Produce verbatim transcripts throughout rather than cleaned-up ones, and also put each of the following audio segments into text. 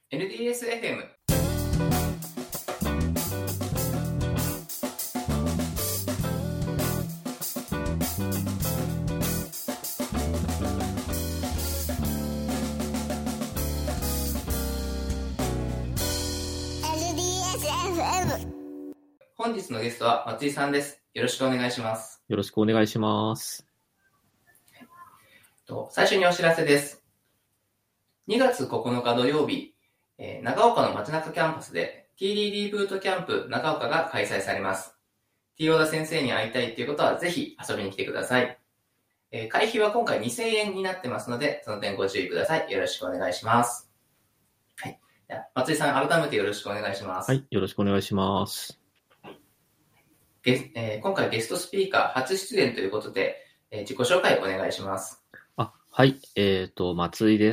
エヌディーエスエフエム。本日のゲストは松井さんです。よろしくお願いします。 よろしくお願いします。 最初にお知らせです。にがつここのか土曜日、えー、長岡の街中キャンパスで ティーディーディー ブートキャンプ長岡が開催されます。T 小田先生に会いたいということはぜひ遊びに来てください。えー、会費は今回にせんえんになってますので、その点ご注意ください。よろしくお願いします。はい。では松井さん、改めてよろしくお願いします。 はい、よろしくお願いします。 ゲえー、今回ゲストスピーカー初出演ということで、えー、自己紹介お願いします。 あ、はい、えっと、松井です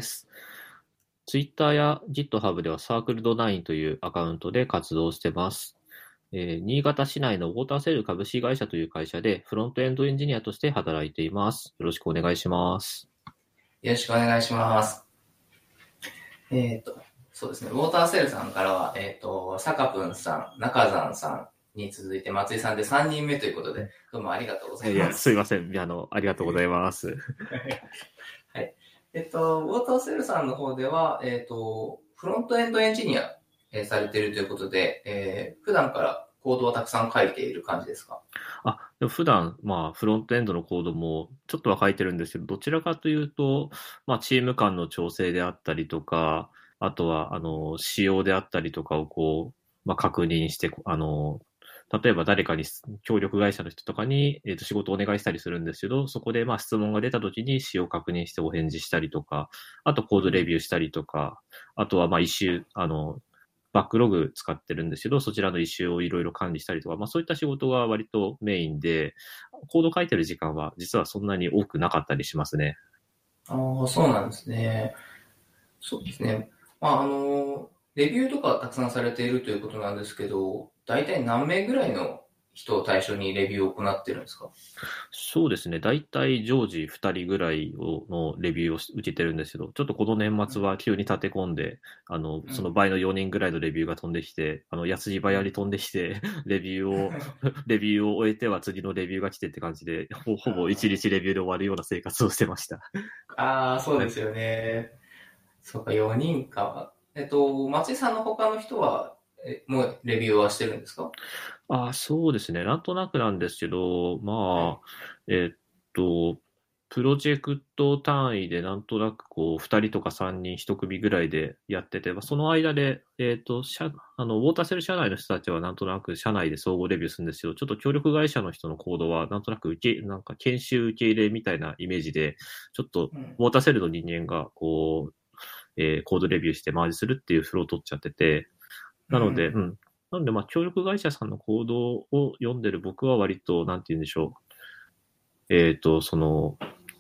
。Twitter や GitHub ではサークルドナインというアカウントで活動してます。えー、新潟市内のウォーターセル株式会社という会社でフロントエンドエンジニアとして働いています。よろしくお願いします。 よろしくお願いします。えっと、そうですね、ウォーターセルさんからは、えっと、さかぷんさん、中山さんに続いて松井さんでさんにんめということで、どうもありがとうございます。 いや、すいません。あの、ありがとうございます。 はい。えっと、ウォーターセルさんの方では、えっと、フロントエンドエンジニア、えー、されているということで、えー、普段からコードをたくさん書いている感じですか？ あ、でも普段、まあ、フロントエンドのコードもちょっとは書いてるんですけど、どちらかというと、まあ、チーム間の調整であったりとか、あとは、あの、仕様であったりとかをこう、まあ、確認して、あの、例えば誰かに、協力会社の人とかに、えっと、仕事をお願いしたりするんですけど、そこでまあ質問が出た時に仕様を確認してお返事したりとか、あとコードレビューしたりとか、あとはまあ一周、あの、バックログ使ってるんですけど、そちらの一周をいろいろ管理したりとか、まあそういった仕事が割とメインで、コード書いてる時間は実はそんなに多くなかったりしますね。 ああ、そうなんですね。そうですね。まあ、あの、レビューとかたくさんされているということなんですけど、大体何名ぐらいの人を対象にレビューを行ってるんですか？ そうですね。大体常時ふたりぐらいをのレビューを受けてるんですけど、ちょっとこの年末は急に立て込んで、あの、その倍のよにんぐらいのレビューが飛んできて、あの、安い倍より飛んできて、レビューを、レビューを終えては次のレビューが来てって感じで、ほほぼいちにちレビューで終わるような生活をしてました。 ああ、そうですよね。そうか、よにんか。えっと、松井さんの他の人は、えもうレビューはしてるんですか？ あ、そうですね。なんとなくなんですけど、まあ、はい、えっと、プロジェクト単位でなんとなくこう、ふたりとかさんにんいち組ぐらいでやってて、その間で、えっと、社、あの、ウォーターセル社内の人たちはなんとなく社内で総合レビューするんですけど、ちょっと協力会社の人のコードはなんとなく受け、なんか研修受け入れみたいなイメージで、ちょっとウォーターセルの人間がこう、えー、コードレビューしてマージするっていうフローを取っちゃってて、なので、うん、うんなので、まあ、協力会社さんのコードを読んでる僕は割と、なんて言うんでしょう。えっと、その、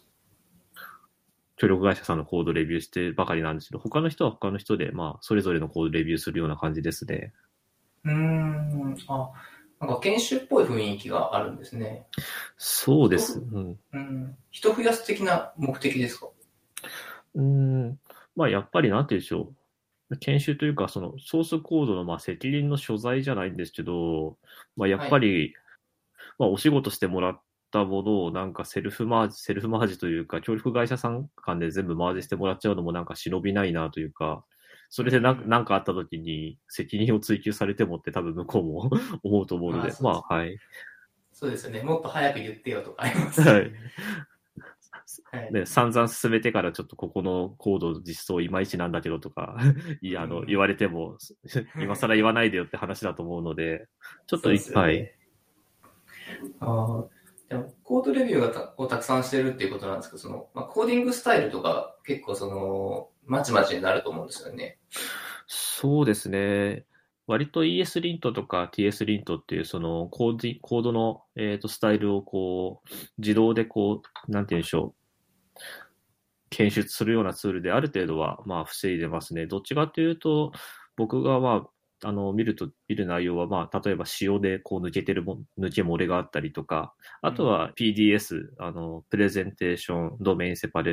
協力会社さんのコードレビューしてばかりなんですけど、他の人は他の人で、まあ、それぞれのコードレビューするような感じですね。 うーん、あ、なんか研修っぽい雰囲気があるんですね。 そうです。 うん。うん、人増やす的な目的ですか？ うん、まあ、やっぱりなんて言うんでしょう。研修というか、そのソースコードのまあ責任の所在じゃないんですけど、まあ、やっぱり、はい、まあ、お仕事してもらったものをなんかセルフマージ、セルフマージというか、協力会社さん間で全部マージしてもらっちゃうのもなんか忍びないなというか、それでなんか、うん、なんかあった時に責任を追及されてもって多分向こうも思うと思うので、まあ、まあ、はい。 そうですよね。もっと早く言ってよとかありますね。はい。 ね、散々進めてからちょっとここのコード実装いまいちなんだけどとかいやあの、うん、言われても今更言わないでよって話だと思うのでちょっといっぱい、ね、 あでもコードレビューが た, をたくさんしてるっていうことなんですけど、その、まあ、コーディングスタイルとか結構そのまちまちになると思うんですよね。 そうですね。割と イーエス リントとか ティーエス リントっていうそのコーディコードの、えーと、スタイルをこう自動でこうなんて言うんでしょう検出するようなツールである程度はまあ防いでますね。どっちかというと僕がまああの見ると見る内容はまあ例えば仕様でこう抜けてるも抜け漏れがあったりとか、あとは ピーディーエス、うん、あのプレゼンテーションドメインセパレーション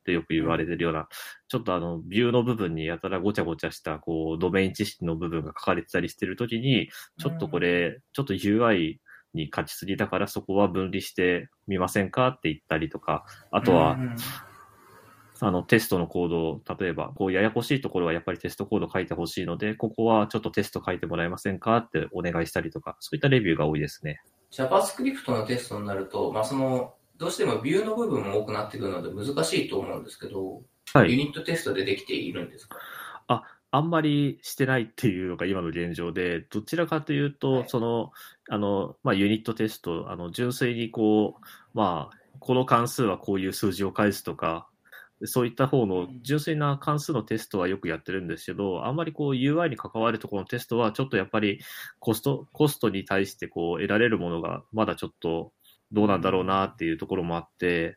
ってよく言われてるような、ちょっとあの、ビューの部分にやたらごちゃごちゃした、こう、ドメイン知識の部分が書かれてたりしてるときに、ちょっとこれ、ちょっと ユーアイ に勝ちすぎだからそこは分離してみませんかって言ったりとか、あとは、あの、テストのコードを、例えば、こう、ややこしいところはやっぱりテストコード書いてほしいので、ここはちょっとテスト書いてもらえませんかってお願いしたりとか、そういったレビューが多いですね。 JavaScript のテストになると、まあ、その、どうしてもビューの部分も多くなってくるので難しいと思うんですけど、はい、ユニットテストでできているんですか？ あ、あんまりしてないっていうのが今の現状で、どちらかというと、はい、その、あの、まあ、ユニットテスト、あの、純粋にこう、まあ、この関数はこういう数字を返すとか、そういった方の純粋な関数のテストはよくやってるんですけど、あんまりこう ユーアイ に関わるところのテストはちょっとやっぱりコスト、コストに対してこう得られるものがまだちょっとどうなんだろうなっていうところもあって、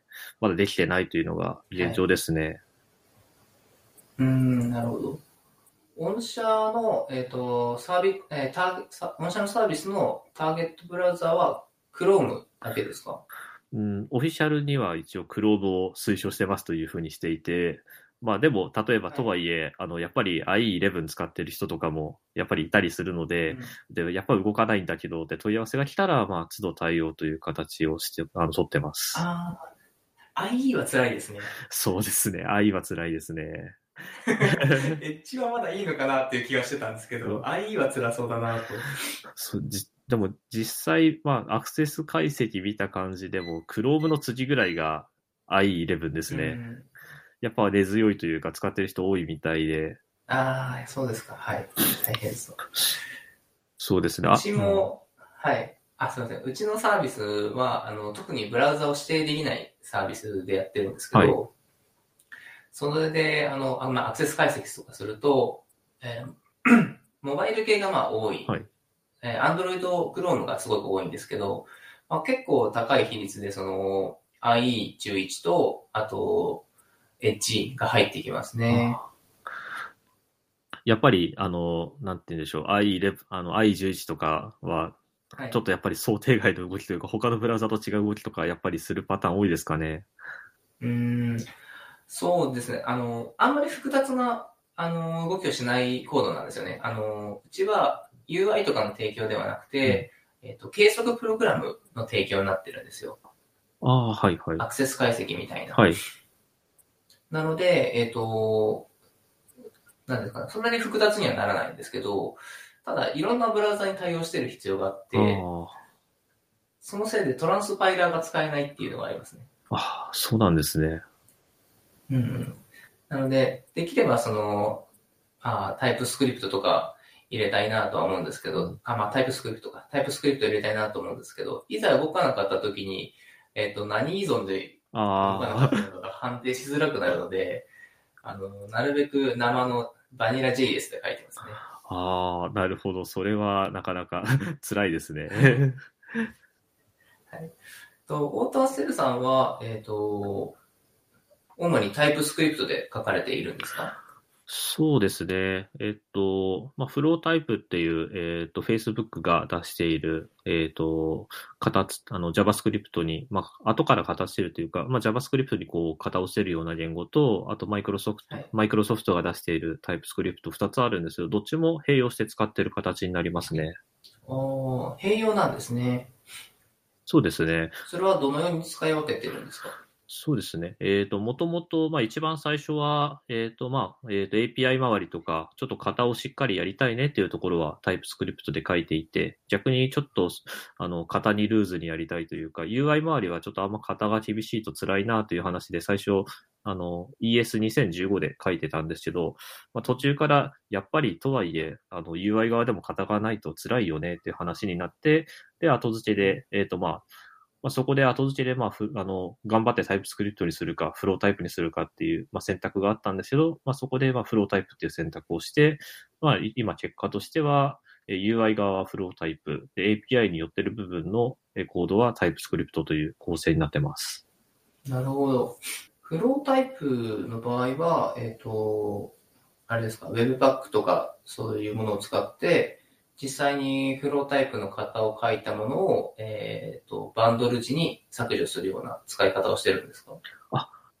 まだできてないというのが現状ですね。はい、 うーん、なるほど。御社の、えっと、サービ、えー、ターゲ御社のサービスのターゲットブラウザは Chrome だけですか？ うん、オフィシャルには一応 Chrome を推奨してますというふうにしていて、まあでも、例えばとはいえ、はい、あの、やっぱり アイイーイレブン 使ってる人とかも、やっぱりいたりするので、うん、で、やっぱり動かないんだけど、で、問い合わせが来たら、まあ、都度対応という形をして、あの、取ってます。 ああ、アイイー は辛いですね。 そうですね。アイイー は辛いですね。 エッジはまだいいのかなっていう気がしてたんですけど、アイイー は辛そうだなと。 そうじでも実際、まあ、アクセス解析見た感じでも、Chrome の次ぐらいが アイイーイレブン ですね。うん、やっぱ根強いというか、使ってる人多いみたいで。 ああ、そうですか。はい。大変そう。 そうですね。 うちも、うん、はい。あ、すみません。うちのサービスは、あの、特にブラウザを指定できないサービスでやってるんですけど、はい、それで、あの、あまあ、アクセス解析とかすると、えー、モバイル系がまあ多い。はい、えー、Android Chrome がすごく多いんですけど、まあ、結構高い比率で、その、アイイーじゅういち と、あと、Edge が入ってきますね。 やっぱり、あの、なんて言うんでしょう、アイイーイレブン、あの、アイイーじゅういち とかは、ちょっとやっぱり想定外の動きというか、はい、他のブラウザと違う動きとか、やっぱりするパターン多いですかね。 うーん、そうですね。あの、あんまり複雑な、あの、動きをしないコードなんですよね。あの、うちは ユーアイ とかの提供ではなくて、うん、えっと、計測プログラムの提供になってるんですよ。 ああ、はいはい。 アクセス解析みたいな。 はい。 なので、えっと、なんですかね、そんなに複雑にはならないんですけど、ただ、いろんなブラウザに対応してる必要があって、そのせいでトランスパイラーが使えないっていうのがありますね。 ああ、そうなんですね。 うん。なので、できればその、あタイプスクリプトとか入れたいなとは思うんですけど、あ、まあタイプスクリプトか。タイプスクリプト入れたいなと思うんですけど、いざ動かなかった時に、えっと、何依存で動かなかったのかが判定しづらくなるので、あの、なるべく生のバニラ ジェイエス で書いてますね。 ああ、なるほど。それはなかなか辛いですね。 はい。と、ウォーターステルさんは、えっと、主にタイプスクリプトで書かれているんですか？ そうですね。えっと、まあ、フロータイプっていう、えっと、Facebook が出している、えっと、形、あの、JavaScript に、まあ、後から形してるというか、まあ、JavaScript にこう、型をしてるような言語と、あと、マイクロソフト、はい、マイクロソフトが出しているタイプスクリプトふたつあるんですけど、どっちも併用して使ってる形になりますね。 おー、併用なんですね。 そうですね。 それはどのように使い分けてるんですか？ そうですね。えっと、もともと、まあ一番最初は、えっと、まあ、えっと、エーピーアイ 周りとか、ちょっと型をしっかりやりたいねっていうところはタイプスクリプトで書いていて、逆にちょっと、あの、型にルーズにやりたいというか、ユーアイ 周りはちょっとあんま型が厳しいと辛いなという話で最初、あの、イーエスにせんじゅうご で書いてたんですけど、まあ、途中からやっぱりとはいえ、あの、ユーアイ 側でも型がないと辛いよねっていう話になって、で、後付けで、えっと、まあ、まあ、そこで後付けで、まあ、ふ、あの、頑張ってタイプスクリプトにするか、フロータイプにするかっていう、まあ、選択があったんですけど、まあ、そこで、まあ、フロータイプっていう選択をして、まあ、今結果としては、ユーアイ 側はフロータイプ、で エーピーアイ によってる部分のコードはタイプスクリプトという構成になってます。 なるほど。フロータイプの場合は、えっと、あれですか、Webpack とかそういうものを使って、実際にフロータイプの型を書いたものを、えっと、バンドル時に削除するような使い方をしてるんですか？ あ、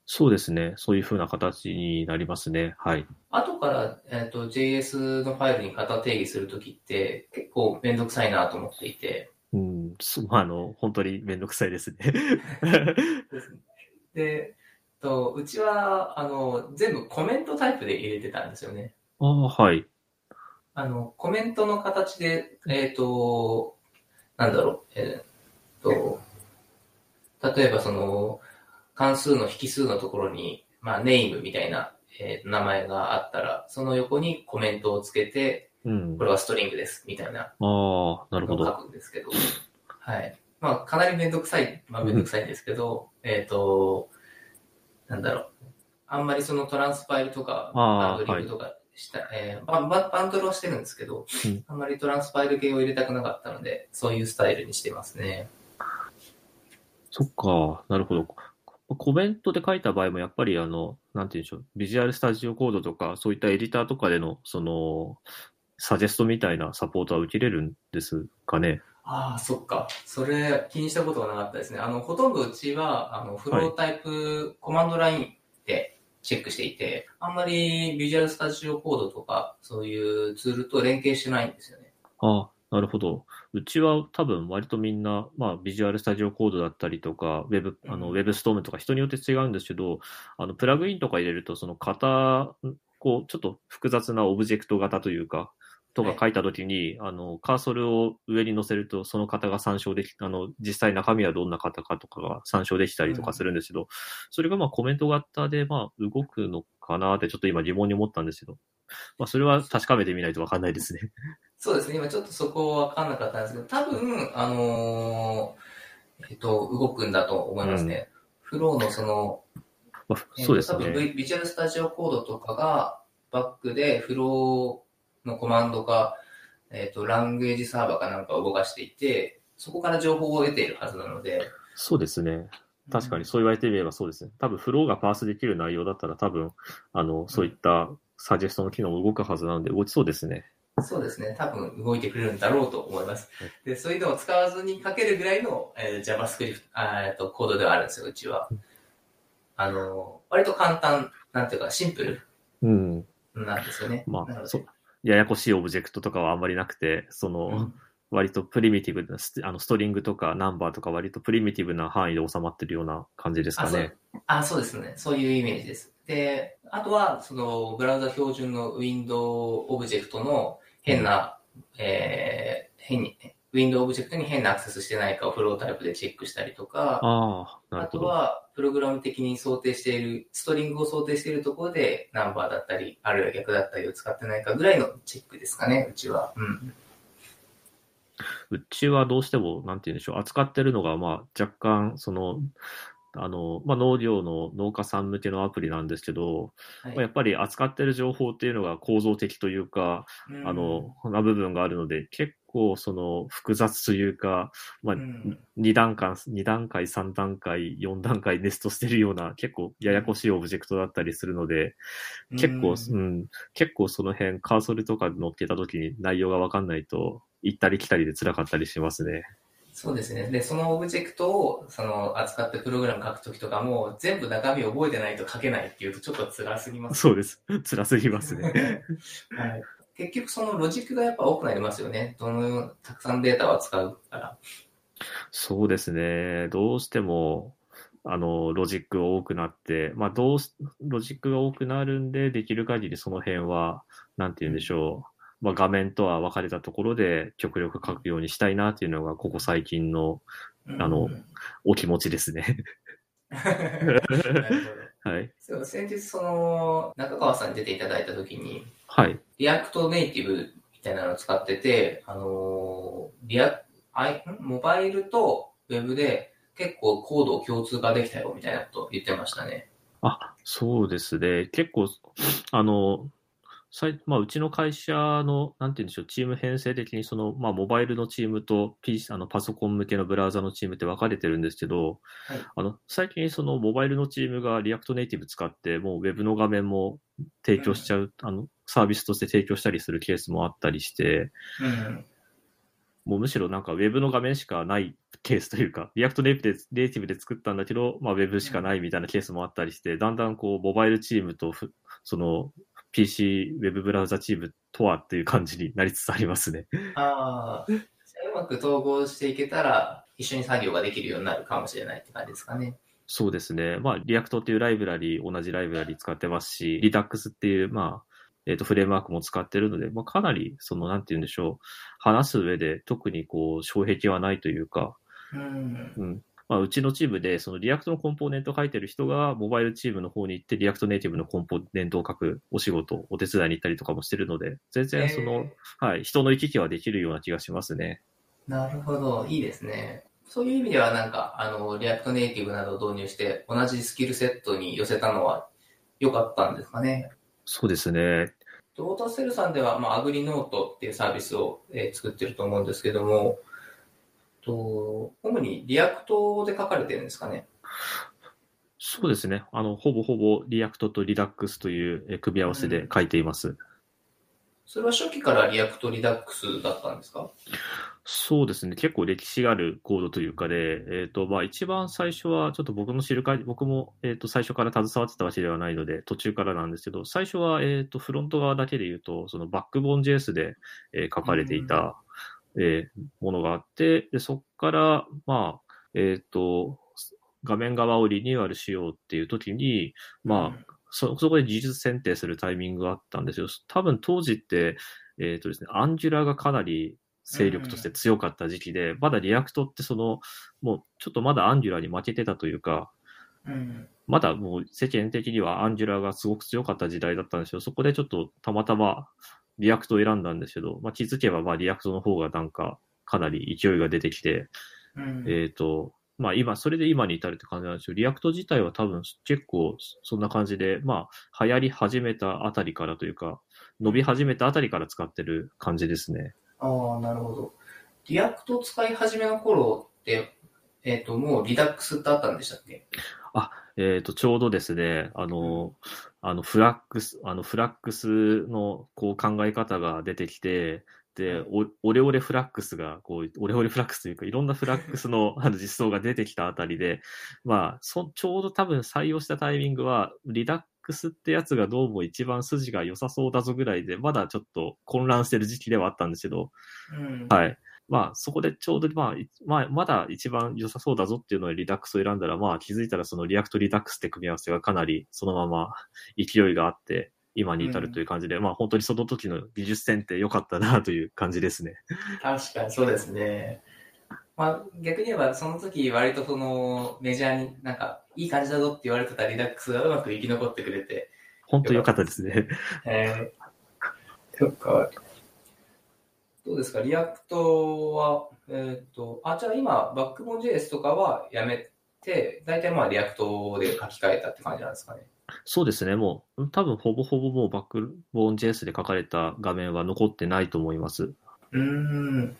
そうですね。そういう風な形になりますね。はい。 後から、えっと、ジェイエス のファイルに型定義するときって結構めんどくさいなと思っていて。 うん、そまあ、あの、本当にめんどくさいですね。 ですね。で、と、うちは、あの、全部コメントタイプで入れてたんですよね。 ああ、はい。 あの、コメントの形で、えっと、なんだろう、えっと、例えばその、関数の引数のところに、まあ、ネームみたいな、えー名前があったら、その横にコメントをつけて、 うん。 これはストリングです、みたいなああ、なるほど。 のを書くんですけど、はい。まあ、かなりめんどくさい、まあ、めんどくさいんですけど、えっと、なんだろう。あんまりそのトランスファイルとか、バンああ、はい。 ドリングとかした、えーバンババンドルはしてるんですけど、 うん。 あんまりトランスファイル系を入れたくなかったので、そういうスタイルにしてますね。 そっか、なるほど。ココメントで書いた場合もやっぱりあの、なんて言うんでしょう、ビジュアルスタジオコードとか、そういったエディターとかでの、その、サジェストみたいなサポートは受けれるんですかね。 ああ、そっか。それ気にしたことがなかったですね。あの、ほとんどうちは、あの、フはい。 ロータイプコマンドラインでチェックしていて、あんまりビジュアルスタジオコードとか、そういうツールと連携してないんですよね。 ああ、なるほど。うちは多分割とみんな、まあ、ビジュアルスタジオコードだったりとか、ウェブ、あの、ウうん。 ェブストームとか人によって違うんですけど、あの、プラグインとか入れると、その型、こう、ちょっと複雑なオブジェクト型というか、とはい。 か書いたときに、あの、カーソルを上に乗せると、その型が参照でき、あの、実際中身はどんな型かとかが参照できたりとかすうん。 るんですけど、それがまあコメント型でまあ動くのかなってちょっと今疑問に思ったんですけど、まあそれは確かめてみないとわかんないですね。 そうですね。今ちょっとそこわかんなかったんですけど、多分、あのーえっと、動くんだと思いうん。 ますね。フローのその、 まあ、そうえっと、多分、 ですね。 v、ビジュアルスタジオコードとかがバックでフローのコマンドか、えっと、ランゲージサーバーかなんかを動かしていて、そこから情報を得ているはずなので、 そうですね。確かにうん、 そう言われてみればそうですね。多分フローがパースできる内容だったら多分、あの、そういっうん、 たサジェストの機能も動くはずなので動きそうですね。 そうですね。多分動いてくれるんだろうと思います。 はい。 で、そういうのを使わずに書けるぐらいの、えー JavaScript、あーえっと、コードではあるんですよ、うちは。あの、割と簡単、なんていうか、シンプルうん。 なんですよね。 まあ、そう、 なので、 ややこしいオブジェクトとかはあんまりなくて、その、 うん。 割とプリミティブなス、あの、ストリングとかナンバーとか割とプリミティブな範囲で収まってるような感じですあ、 かね。 そう、あ、そうですね。そういうイメージです。で、あとは、その、ブラウザ標準のウィンドウオブジェクトのうん。 変な、えー、変に、ウィンドウオブジェクトに変なアクセスしてないかをフロータイプでチェックしたりとか、 ああ、なあるほど。 とは、プログラム的に想定している、ストリングを想定しているところで、ナンバーだったり、あるいは逆だったりを使ってないかぐらいのチェックですかね、うちは。うん。 うちはどうしても、なんて言うんでしょう、扱ってるのが、まあ、若干、その、あの、まあ、農業の農家さん向けのアプリなんですけど、まあ、やはい。 っぱり扱ってる情報っていうのが構造的というか、 うあの、 ん。 な部分があるので、結構その複雑というか、まあ、 うん。 に段階、に段階、さん段階、よん段階ネストしてるような結構ややこしいオブジェクトだったりするので、 う結構、うん。 ん、結構その辺カーソルとか乗っけた時に内容がわかんないと、行ったり来たりで辛かったりしますね。 そうですね。で、そのオブジェクトを、その、扱ってプログラム書くときとかも、全部中身を覚えてないと書けないっていうと、ちょっと辛すぎますよね。 そうです。辛すぎますね。 はい。結局、そのロジックがやっぱ多くなりますよね。どの、たくさんデータを扱うから。 そうですね。どうしても、あの、ロジックが多くなって、まあ、どうし、ロジックが多くなるんで、できる限りその辺は、なんて言うんでしうん。 ょう。まあ、画面とは分かれたところで極力書くようにしたいなっていうのが、ここ最近の、 うあの、 ん。 お気持ちですね。 なるほど。 はい。 そう、先日、その、中川さんに出ていただいたときに、 はい。 リアクトネイティブみたいなのを使ってて、あのー、リア、アイ、んモバイルとウェブで結構コードを共通化できたよみたいなことを言ってましたね。 あ、そうですね。結構、あの、さいまあ、うちの会社の、なんて言うんでしょう、チーム編成的に、その、まあ、モバイルのチームと、P、あの、パソコン向けのブラウザのチームって分かれてるんですけど、 はい。 あの、最近そのモバイルのチームがリアクトネイティブ使って、もうウェブの画面も提うん。 供しちゃう、あの、サービスとして提供したりするケースもあったりして、 うん。 もうむしろなんか Web の画面しかないケースというか、リアクトネイティブで、ネイティブで作ったんだけど、まあ Web しかないみたいなケースもあったりして、だんだんこう、モバイルチームとふ、その ピーシー、Web ブラウザチームとはっていう感じになりつつありますね。 ああ、うまく統合していけたら、一緒に作業ができるようになるかもしれないって感じですかね。 そうですね。まあ、リアクトっていうライブラリ、同じライブラリ使ってますし、リダックスっていう、まあ、えっ、と、フレームワークも使ってるので、まあ、かなり、その、なんて言うんでしょう。話す上で特にこう、障壁はないというか、 うん。 うん。まあ、うちのチームで、そのリアクトのコンポーネントを書いてる人が、モバイルチームの方に行って、リアクトネイティブのコンポーネントを書くお仕事、お手伝いに行ったりとかもしてるので、全然その、 えはい、人の行き来はできるような気がしますね。 ー、なるほど。いいですね。そういう意味ではなんか、あの、リアクトネイティブなどを導入して、同じスキルセットに寄せたのは良かったんですかね。 そうですね。 ウォーターセルさんでは、まあ、アグリノートっていうサービスを、えー作ってると思うんですけども、と主にリアクトで書かれてるんですかね。 そうですね。あの、ほぼほぼリアクトとリダックスというえー組み合わせで書いています。 それは初期からリアクトリダックスだったんですか？ そうですね。結構歴史があるコードというかで、えっと、まあ一番最初は、ちょっと僕の知る限り、僕も、えっと、最初から携わってたわけではないので、途中からなんですけど、最初は、えっと、フロント側だけで言うと、そのバックボーン ジェイエス で、えー書かれていた、えーものがあって、で、そこから、まあ、えっと、画面側をリニューアルしようっていう時に、まあ、そ、そこで技術選定するタイミングがあったんですよ。多分当時って、えっとですね、アンジュラがかなり勢力として強かった時期で、まだリアクトってその、もうちょっとまだアンジュラに負けてたというか、 うん。 まだもう世間的にはアンジュラがすごく強かった時代だったんですよ。そこでちょっとたまたまリアクトを選んだんですけど、まあ、気づけばまあリアクトの方がなんかかなり勢いが出てきて、 うん。 えっと、まあ今、それで今に至るって感じなんですよ。リアクト自体は多分結構そんな感じで、まあ流行り始めたあたりからというか、伸び始めたあたりから使ってる感じですね。 ああ、なるほど。リアクトを使い始めの頃って、えっ、と、もうリダックスってあったんでしたっけ？ あ、えっと、ちょうどですね、あの、あの、フラックス、あの、フラックスの、こう、考え方が出てきて、で、おオレオレフラックスが、こう、オレオレフラックスというか、いろんなフラックスのあの実装が出てきたあたりで、まあ、そ、ちょうど多分採用したタイミングは、リダックスってやつがどうも一番筋が良さそうだぞぐらいで、まだちょっと混乱してる時期ではあったんですけど、 うん。 はい。まあ、そこでちょうど、まあ、いまあ、まだ一番良さそうだぞっていうのでリダックスを選んだら、まあ、気づいたらそのリアクトリダックスって組み合わせがかなりそのまま勢いがあって、今に至るという感じで、うん、まあ、本当にその時の技術選定良かったなという感じですね。 確かにそうですね。まあ、逆に言えば、その時割とそのメジャーになんか、いい感じだぞって言われてたリダックスがうまく生き残ってくれて、 本当良かったですね。 えー、そっか。どうですか、リアクトは、えっ、ー、と、あ、じゃあ今、バックボーン ジェイエス とかはやめて、大体まあリアクトで書き換えたって感じなんですかね。 そうですね。もう、多分ほぼほぼもうバックボーン ジェイエス で書かれた画面は残ってないと思います。 うーん。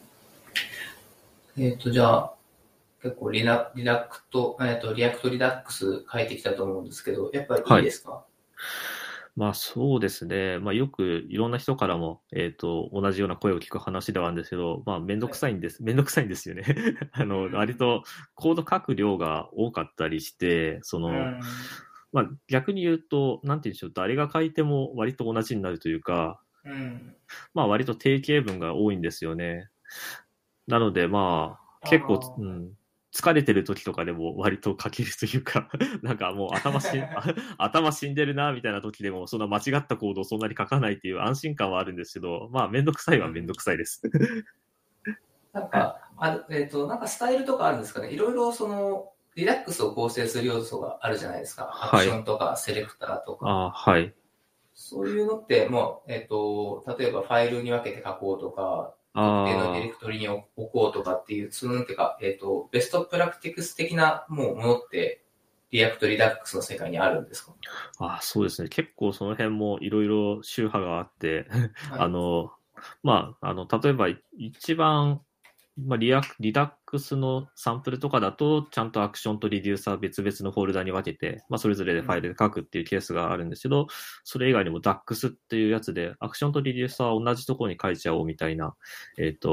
えっ、ー、と、じゃあ、結構リラリラクト、えっ、ー、と、リアクトリダックス書いてきたと思うんですけど、やっぱりいいですか？はい、 まあそうですね。まあよくいろんな人からも、えっ、ー、と、同じような声を聞く話ではあるんですけど、まあめんどくさいんです。はい、めんどくさいんですよね。あの、割とコード書く量が多かったりして、その、まあ逆に言うと、なんて言うんでしょう、誰が書いても割と同じになるというか、 うん、 まあ割と定型文が多いんですよね。なのでまあ、結構、うん、疲れてる時とかでも割と書けるというか、なんかもう頭し頭死んでるなみたいな時でもそんな間違ったコードをそんなに書かないっていう安心感はあるんですけど、まあめんどくさいはめんどくさいです。 なんか、あえっ、ー、と、なんかスタイルとかあるんですかね。いろいろその、リラックスを構成する要素があるじゃないですか。アクションとかセレクターとか。 あ、はい。 そういうのってもう、えっ、ー、と、例えばファイルに分けて書こうとか、特定のディレクトリに置こうとかっていう、そのなんていうか、えっ、ー、と、ベストプラクティクス的なもうものって、リアクトリダックスの世界にあるんですか？ あ、そうですね。結構その辺もいろいろ宗派があって、はい、あの、まあ、あの、例えば一番、まあリア、リダックスのサンプルとかだと、ちゃんとアクションとリデューサー別々のフォルダに分けて、まあ、それぞれでファイルで書くっていうケースがあるんですけど、うん、それ以外にも ダックス っていうやつで、アクションとリデューサーを同じところに書いちゃおうみたいな、えっと、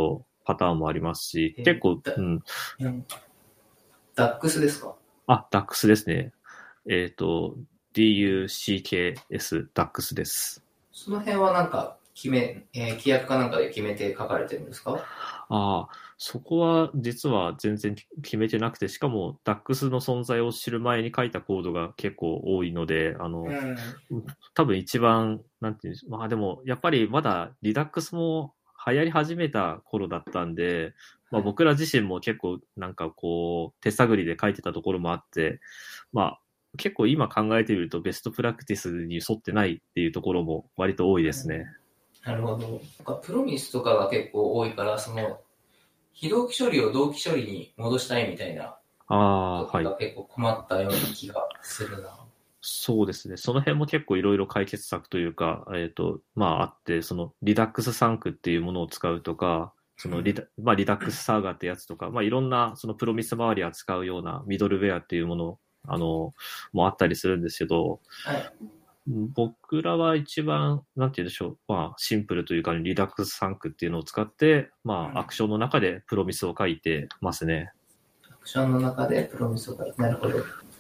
パターンもありますし、 えー結構、 だうん。 ダックスですか？ あ、ダックス ですね。えっ、と、ディーユーシーケーエス、ダックス です。 その辺はなんか、決め、えー規約かなんかで決めて書かれてるんですか？ ああ、そこは実は全然決めてなくて、しかも ダックス の存在を知る前に書いたコードが結構多いので、あの、 うん。 多分一番、なんていうんですか、まあでも、やっぱりまだ Redux も流行り始めた頃だったんで、まあはい。 僕ら自身も結構なんかこう、手探りで書いてたところもあって、まあ結構今考えてみるとベストプラクティスに沿ってないっていうところも割と多いですね。 なるほど。なんかプロミスとかが結構多いから、その、非同期処理を同期処理に戻したいみたいなああ、はい。 時が結構困ったような気がするな。 そうですね。その辺も結構いろいろ解決策というか、えっ、と、まああって、そのリダックスサンクっていうものを使うとか、そのリダ、まあリダックスサーガーってやつとか、まあいろんなそのプロミス周り扱うようなミドルウェアっていうもの、あの、もあったりするんですけど、 はい。 僕らは一番、なんて言うんでしょう、まあシンプルというか、リダックスサンクっていうのを使って、まあアクションの中でプロミスを書いてますね。 アクションの中でプロミスを書いて、なるほど。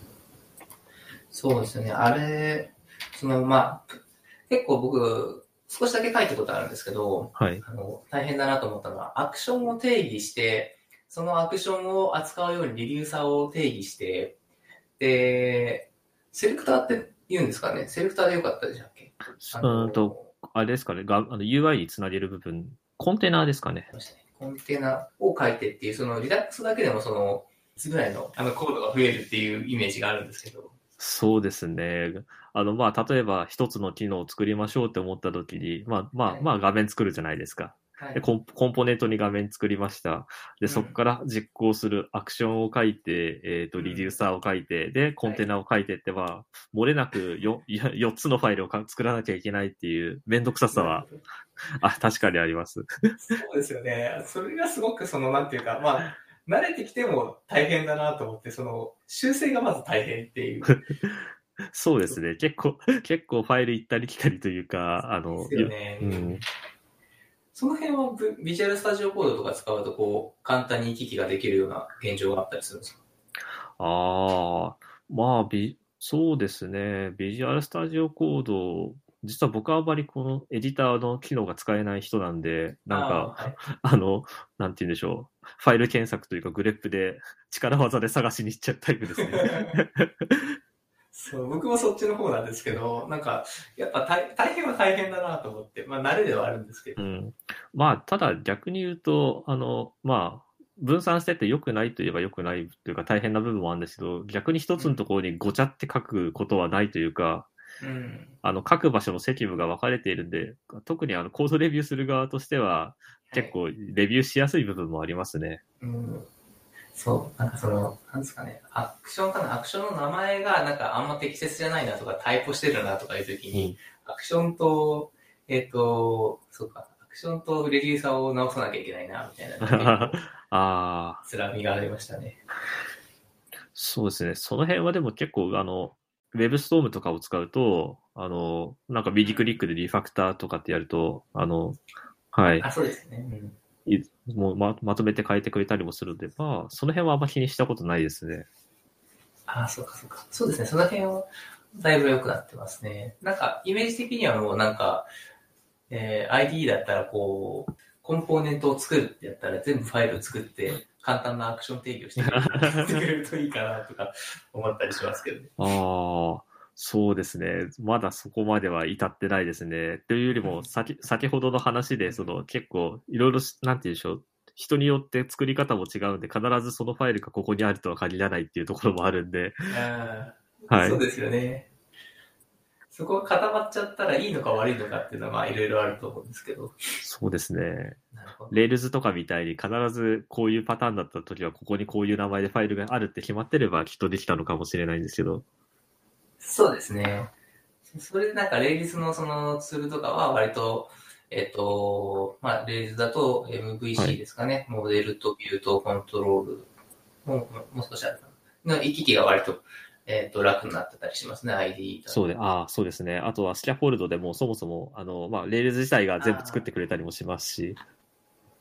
そうですよね。あれ、その、まあ、結構僕、少しだけ書いたことあるんですけど、 はい。 あの、大変だなと思ったのは、アクションを定義して、そのアクションを扱うようにリデューサーを定義して、で、セレクターって言うんですかね？セレクターでよかったでしたっけ？あの、 うんと、あれですかね、があの ユーアイ につなげる部分、コンテナですかね。 コンテナを書いてっていう、そのリダックスだけでもその、いつぐらいのあのコードが増えるっていうイメージがあるんですけど。 そうですね。あの、まあ、例えば一つの機能を作りましょうって思った時に、まあ、まあ、 はい。 まあ、画面作るじゃないですか。で、 はい。 コンコンポーネントに画面作りました。で、 うん。 そこから実行するアクションを書いて、えっと、 うん。 リデューサーを書いて、で、コンテはい。 ナを書いてっては、漏れなくよ、よよっつのファイルをか作らなきゃいけないっていうめんどくささは、 なるほど。 あ、確かにあります。 そうですよね。それがすごくその、なんていうか、まあ、慣れてきても大変だなと思って、その、修正がまず大変っていう。 そうですね。結構、結構ファイル行ったり来たりというか、あの、 ですよね。 うん。 その辺はビジュアルスタジオコードとか使うと、こう、簡単に行き来ができるような現状があったりするんですか？ ああ、まあ、ビ、そうですね。ビジュアルスタジオコード、実は僕はあまりこのエディターの機能が使えない人なんで、なんか、 ああ、はい。 あの、なんて言うんでしょう。ファイル検索というかグレップで力技で探しに行っちゃうタイプですね。 そう、僕もそっちの方なんですけど、なんか、やっぱ大大変は大変だなと思って、まあ慣れではあるんですけど。 うん。まあ、ただ逆に言うと、あの、まあ、分散してて良くないといえば良くないというか大変な部分もあるんですけど、逆に一つのところにごちゃって書くことはないというか、 うん。 あの、各場所の責務が分かれているんで、特にあの、コードレビューする側としては、 はい。 結構レビューしやすい部分もありますね。 うん。そう、なんかその、なんですかね、アクションかな、アクションの名前がなんかあんま適切じゃないなとか、タイプしてるなとかいうときに、 うん。 アクションと、えっ、と、そうか、アクションとレデューサーを直さなきゃいけないな、みたいなのが結構、 ああ、 辛みがありましたね。 そうですね。その辺はでも結構、あの、ウェブストームとかを使うと、あの、なんか右クリックでリファクターとかってやると、あの、はあ、 い。 そうですね。うん。 いもうままとめて変えてくれたりもするんで、まあ、その辺はあんま気にしたことないですね。 あ、そうか、そうか。そうですね、その辺は、だいぶ良くなってますね。なんか、イメージ的にはもうなんか、えー、アイディー だったらこう、コンポーネントを作るってやったら全部ファイルを作って、簡単なアクション定義をしてくれるってやってくれるといいかなとか思ったりしますけどね。 ああ、そうですね。まだそこまでは至ってないですね。というよりも、先、先ほどの話で、その結構いろいろ、なんて言うんでしょう。人によって作り方も違うんで、必ずそのファイルがここにあるとは限らないっていうところもあるんで、 あはい。 そうですよね。そこが固まっちゃったらいいのか悪いのかっていうのはまあいろいろあると思うんですけど。 そうですね。 なるほど。 レールズとかみたいに必ずこういうパターンだった時はここにこういう名前でファイルがあるって決まってればきっとできたのかもしれないんですけど。 そうですね。それでなんかレイリスのそのツールとかは割と、えっと、まあ、レイリスだとはエムブイシーい。 ですかね。モデルとビューとコントロールももう少しあるかな。の行き来が割と、えっと、楽になってたりしますね、アイディー だと。 そうで、ああ、そうですね。あとはスキャフォルドでもそもそも、あの、まあ、レールズ自体が全部作っああ、 てくれたりもしますし。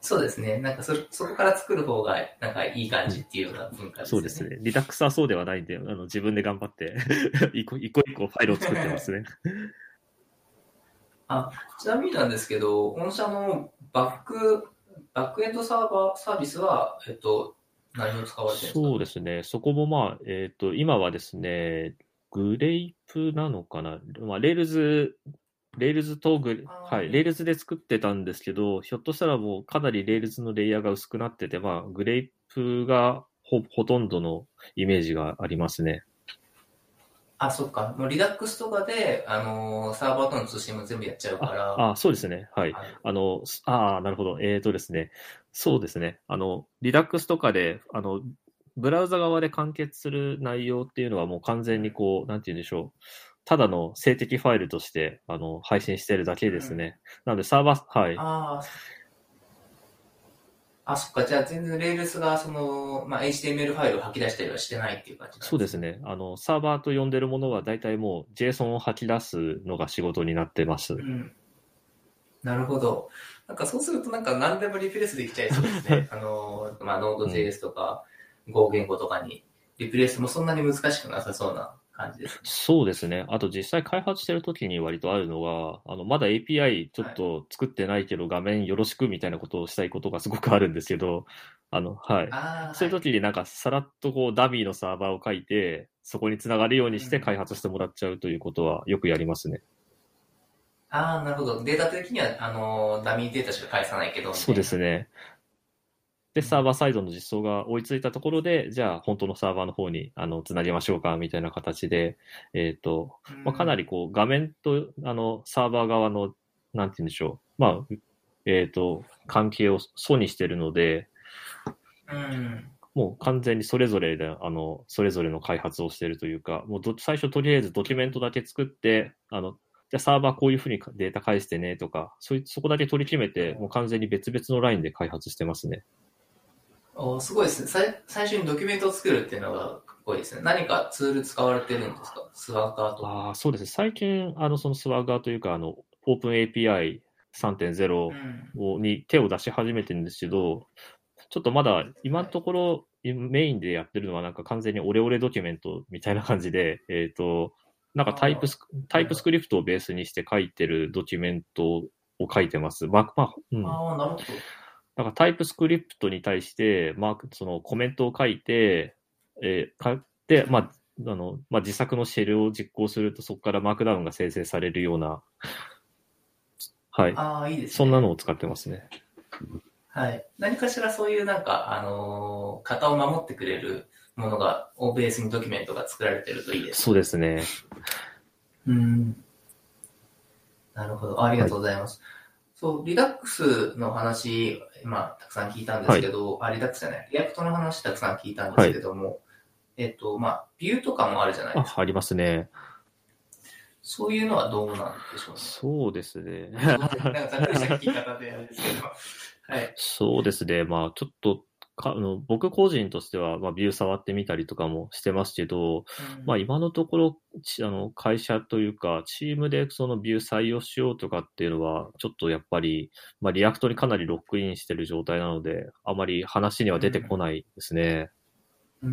そうですね。なんかそ、そこから作る方が、なんかいい感じっていうような文化ですね。 そうですね。リダックスはそうではないんで、あの自分で頑張って一個一個一個ファイルを作ってますね。 あ、ちなみになんですけど、御社のバック、バックエンドサーバー、サービスは、えっと、何を使われてるんですか？ そうですね。そこもまあ、えっと、今はですね、グレイプなのかな。まあ、レールズ、レールズとグレ、はい、レールズで作ってたんですけど、ひょっとしたらもうかなりレールズのレイヤーが薄くなってて、まあ、グレイプがほ、ほとんどのイメージがありますね。 あ、そっか。もうリダックスとかで、あのーサーバーとの通信も全部やっちゃうから。 あ、あ、そうですね。はい。 はい。 あの、ああ、なるほど。えーとですね。そうですね。あの、リダックスとかで、あの、ブラウザ側で完結する内容っていうのはもう完全にこう、なんて言うんでしょう。ただの静的ファイルとして、あの、配信してるだけですね。なので、サーバー、はい。 ああ、あ、そっか。じゃあ全然 Rails がその、まあ、エイチティーエムエル ファイルを吐き出したりはしてないっていう感じなんですね。 そうですね。あの、サーバーと呼んでるものは大体もう JSON を吐き出すのが仕事になってます。 うん。なるほど。なんかそうするとなんか何でもリプレイスできちゃいそうですね。あの、まあ、 うん Node.js とか Go 言語とかにリプレイスもそんなに難しくなさそうな感じですね。 そうですね。あと実際開発してる時に割とあるのは、あの、まだ エーピーアイ ちょっはい。 と作ってないけど画面よろしくみたいなことをしたいことがすごくあるんですけど、あの、はい。 ああ、 そういうはい。 時になんかさらっとこうダミーのサーバーを書いて、そこにつながるようにしてうん。 開発してもらっちゃうということはよくやりますね。 ああ、なるほど。データ的には、あの、ダミーデータしか返さないけど、みそうたいな。 ですね。で、 うん。 サーバーサイドの実装が追いついたところで、じゃあ本当のサーバーの方にあのつなげましょうかみたいな形で、えっと、 うまあ、かなりん。 こう画面とあのサーバー側の、なんて言うんでしょう。まあ、えっと、関係を素にしてるので、 うん。 もう完全にそれぞれで、あの、それぞれの開発をしてるというか、もうど最初とりあえずドキュメントだけ作って、あの、じゃあサーバーこういうふうにデータ返してねとか、そいそこだけ取り決めて、もう完全に別々のラインで開発してますね。 お、すごいですね。最最初にドキュメントを作るっていうのがかっこいいですね。何かツール使われてるんですか？スワーカーとか。 ああ、そうですね。最近、あの、そのスワッガーというか、あの、オープン エーピーアイさんてんゼロうん。 をに手を出し始めてるんですけど、ちょっとまだ今のはい。 ところメインでやってるのはなんか完全にオレオレドキュメントみたいな感じで、えっと、なんかタイプあス、 あ、 タイプスはいはい。 クリプトをベースにして書いてるドキュメントを書いてます。まあ、まあ、うん。 ああ、なるほど。 なんかタイプスクリプトに対して、マーク、そのコメントを書いて、えー、書いて、まあ、あの、まあ、自作のシェルを実行すると、そこからマークダウンが生成されるような、はい。 ああ、いいですそんなのね。 を使ってますね。 はい。何かしらそういうなんか、あのー型を守ってくれるものが、をベースにドキュメントが作られてるといいですそうね。 ですね。 うん。なるほど。ありがはい。 とうございます。そう、リダックスの話、まあ、たくさん聞いたんではい。 すけど、あ、リダックスじゃない、リアクトの話たくさん聞いたんですけはい。 ども、えっと、まあ、ビューとかもあるじゃないですあ、あか。 りますね。 そういうのはどうなんでしょうね。 そうですね。 すいません。なんかざっくりした聞き方であれですけど。はい。 そうですね。まあ、ちょっと、か、あの、僕個人としては、まあ、ビュー触ってみたりとかもしてますけど、まあ、 うん。 今のところ、ちあの、会社というか、チームでそのビュー採用しようとかっていうのは、ちょっとやっぱり、まあ、リアクトにかなりロックインしてる状態なので、あまり話には出てこうん。 ないですね。 うん。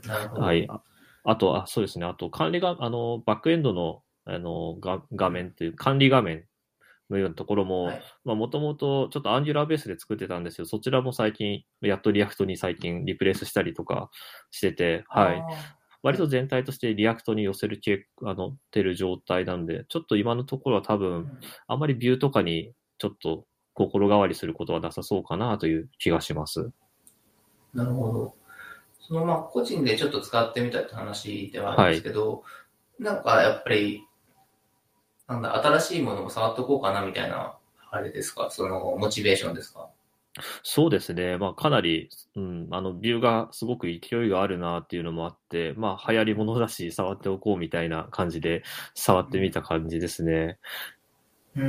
なるほど。 はい。あ、あと、あ、そうですね。あと、管理が、あの、バックエンドの、あの、が画うん。 面っていう、管理画面のようなところも、 はい。 まあ、もともとちょっとアンギュラーベースで作ってたんですけど、そちらも最近、やっとリアクトに最近リプレイスしたりとかしてて、はい。 ああ、はい。 割と全体としてリアクトに寄せる系、あの、てる状態なんで、ちょっと今のところは多分、 うん。 あんまりビューとかにちょっと心変わりすることはなさそうかなという気がします。 なるほど。そのまあ、個人でちょっと使ってみたって話ではあるんですはい。 けど、なんかやっぱり、なんだ、新しいものも触っとこうかなみたいな、あれですか、その、モチベーションですか？ そうですね。まあ、かなり、うん、あの、ビューがすごく勢いがあるなっていうのもあって、まあ、流行り物だし、触っておこうみたいな感じで、触ってみた感じですね。 うん。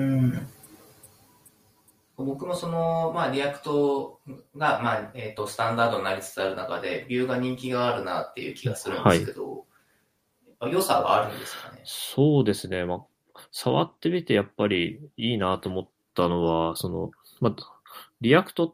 僕もその、まあ、リアクトが、まあ、えっと、スタンダードになりつつある中で、ビューが人気があるなっていう気がするんではい。 すけど、やっぱ良さがあるんですかね。 そうですね。まあ、触ってみてやっぱりいいなと思ったのは、その、まあ、 リアクトって、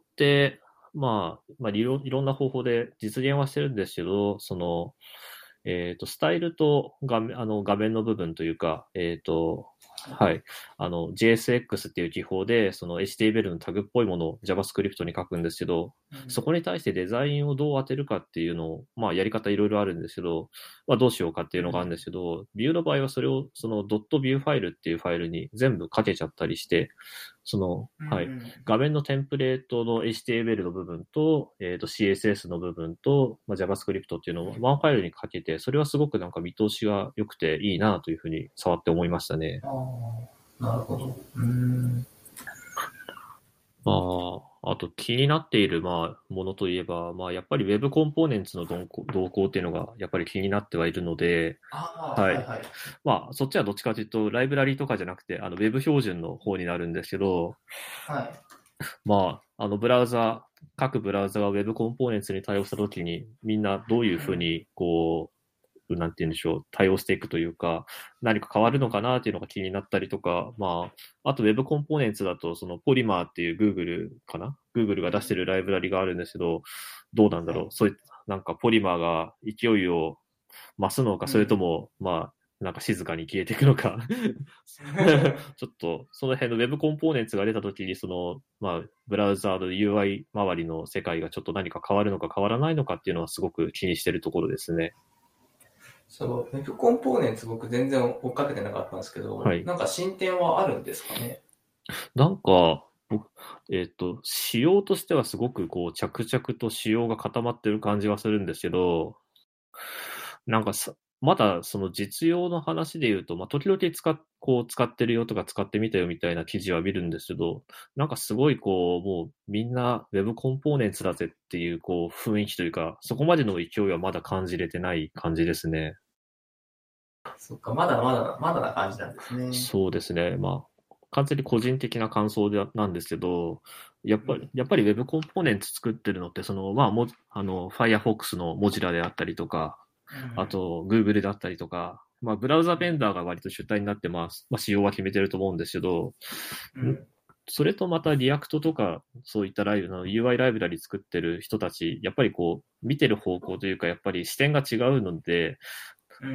まあ、まあいろ、いろんな方法で実現はしてるんですけど、その、えっと、スタイルと画面、あの、画面の部分というか、えっと、はい。あの、ジェイエスエックス っていう技法で、その エイチティーエムエル のタグっぽいものを JavaScript に書くんですけど、そこに対してデザインをどう当てるかっていうのを、まあ、やり方いろいろあるんですけど、まあ、どうしようかっていうのがあるんですけど、ビューの場合はそれを、その .view ファイルっていうファイルに全部かけちゃったりして、その、はい。画面のテンプレートの エイチティーエムエル の部分と、えっと、シーエスエス の部分と、まあ、JavaScript っていうのをワンファイルにかけて、それはすごくなんか見通しが良くていいなというふうに触って思いましたね。 ああ、なるほど。うーん。 まあ、あと気になっている、まあ、ものといえば、まあ、やっぱり Web コンポーネンツの動向動向っていうのが、やっぱり気になってはいるので、 ああ、 はい。 はいはい。 まあ、そっちはどっちかというと、ライブラリとかじゃなくて、あの、Web 標準の方になるんですけど、 はい。 まあ、あの、ブラウザ、各ブラウザが Web コンポーネンツに対応したときに、みんなどういうふうに、こう、なんて言うんでしょう、対応していくというか、何か変わるのかなっていうのが気になったりとか、まあ、あと Web コンポーネンツだと、そのポリマーっていう Google かな ?Google が出してるライブラリがあるんですけど、どうなんだろう。そういった、なんかポリマーが勢いを増すのか、それとも、まあ、なんか静かに消えていくのかちょっと、その辺の Web コンポーネンツが出たときに、その、まあ、ブラウザーの ユーアイ 周りの世界がちょっと何か変わるのか変わらないのかっていうのはすごく気にしてるところですね。 そう、Web コンポーネンツ僕全然追っかけてなかったんですけど、 はい。 なんか進展はあるんですかね。 なんか、僕えっと、仕様としてはすごくこう、着々と仕様が固まってる感じはするんですけど、なんかさ、まだその実用の話で言うと、まあ、時々使っ、こう使ってるよとか使ってみたよみたいな記事は見るんですけど、なんかすごいこう、もうみんな Web コンポーネンツだぜっていうこう雰囲気というか、そこまでの勢いはまだ感じれてない感じですね。 そっか、まだまだ、まだな感じなんですね。 そうですね。まあ、完全に個人的な感想でなんですけど、やっぱり、 うん。 やっぱり Web コンポーネンツ作ってるのって、その、まあ、も、あの、Firefox の Mozilla であったりとか、 うん。 あと、Google だったりとか、まあ、ブラウザベンダーが割と主体になって、まあ、まあ、仕様は決めてると思うんですけど、んうん。 それとまたリアクトとか、そういったライブの ユーアイ ライブラリ作ってる人たち、やっぱりこう、見てる方向というか、やっぱり視点が違うので、 うん。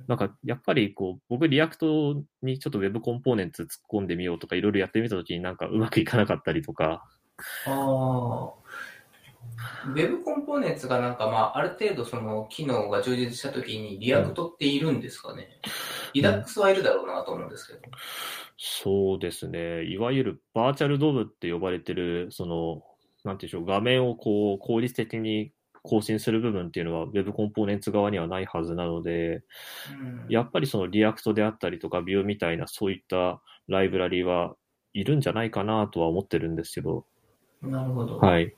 なんか、やっぱりこう、僕リアクトにちょっと Web コンポーネンツ突っ込んでみようとか、いろいろやってみたときになんかうまくいかなかったりとか、 ああ、Web コンポーネンツがなんかまあ、ある程度その機能が充実したときにリうん。 アクトっているんですかね。リうん。 ダックスはいるだろうなと思うんですけど。 そうですね。いわゆるバーチャルドームって呼ばれてる、その、なんていうんでしょう、画面をこう、効率的に更新する部分っていうのは Web コンポーネンツ側にはないはずなので、 うん。 やっぱりそのリアクトであったりとか、ビューみたいなそういったライブラリはいるんじゃないかなとは思ってるんですけど、 なるほど。 はい。 うん。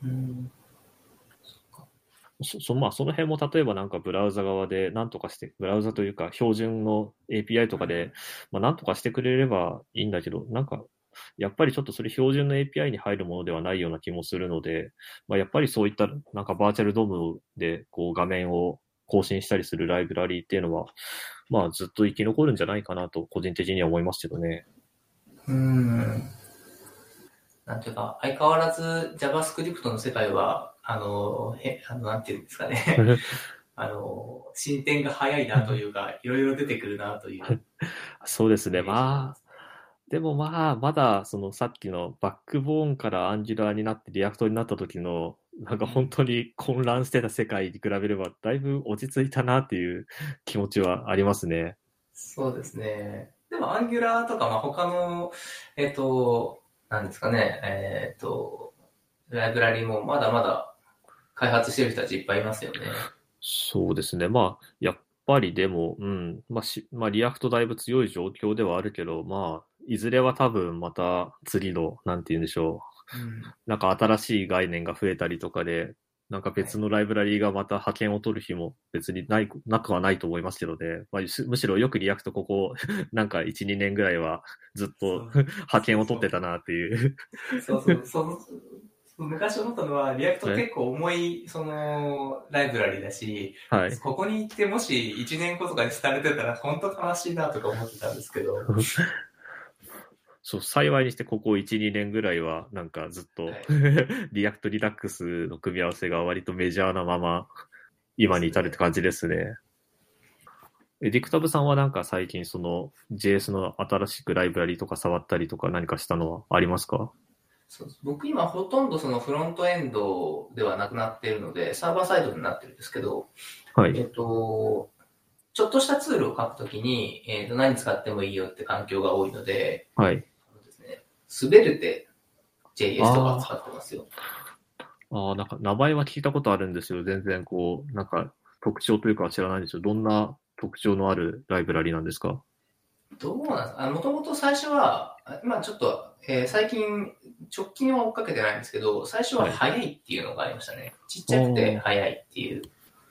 そ、そまあ、その辺も例えばなんかブラウザ側で何とかして、ブラウザというか標準の エーピーアイ とかで、まあ、何とかしてくれればいいんだけど、なんか、やっぱりちょっとそれ標準の エーピーアイ に入るものではないような気もするので、まあ、やっぱりそういったなんかバーチャルドームでこう画面を更新したりするライブラリーっていうのは、まあずっと生き残るんじゃないかなと個人的には思いますけどね。 うん。なんていうか、相変わらず JavaScript の世界は、あの、へ、あの、なんていうんですかね。あの、進展が早いなというか、いろいろ出てくるなというそうですね。 イメージがありままあ、 す。 でもまあ、まだ、そのさっきのバックボーンからアンジュラーになってリアクトになった時の、なんかうん。 本当に混乱してた世界に比べれば、だいぶ落ち着いたなっていう気持ちはありますね。 そうですね。でも、アンギュラーとか、まあ、他の、えっと、なんですかね、えっと、ライブラリもまだまだ開発してる人たちいっぱいいますよね。 そうですね。まあ、やっぱりでも、うん。まあし、まあ、リアクトだいぶ強い状況ではあるけど、まあ、いずれは多分また次の、なんて言うんでしょうん。 う。なんか新しい概念が増えたりとかで、なんかはい。 別のライブラリーがまた派遣を取る日も別にない、なくはないと思いますけどね。まあ、すむしろよくリアクトここ、なんかいち、にねんぐらいはずっとそう、 派遣を取ってそう、 たなっていうそうそう、そう、昔思ったのは、リアクトね。 結構重い、その、ライブラリだし、 はい。 ここに行ってもしいちねんごとかに廃れてたら、本当悲しいなとか思ってたんですけど、 そう、幸いにしてここいち、にねんぐらいは、なんかずっと、 はい、 リアクトリダックスの組み合わせが割とメジャーなまま、今に至るって感じですね。え、ディクタブさんはなんか最近その ジェイエス の新しくライブラリとか触ったりとか何かしたのはありますか？ そう僕今ほとんどそのフロントエンドではなくなっているので、サーバーサイドになってるんですけど、 はい。 えっと、ちょっとしたツールを書くときに、えっと、何使ってもいいよって環境が多いので、 はい。 そうですね、スベルテ ジェイエス とかあ使ってますよ。 あ、ああ、なんか名前は聞いたことあるんですよ。全然こう、なんか特徴というかは知らないんですよ。どんな特徴のあるライブラリなんですか？ どうなんですか？もともと最初は、今ちょっと、えー最近、直近は追っかけてないんですけど、最初ははい。 速いっていうのがありましたね。ちっちゃくておー、 速いっていう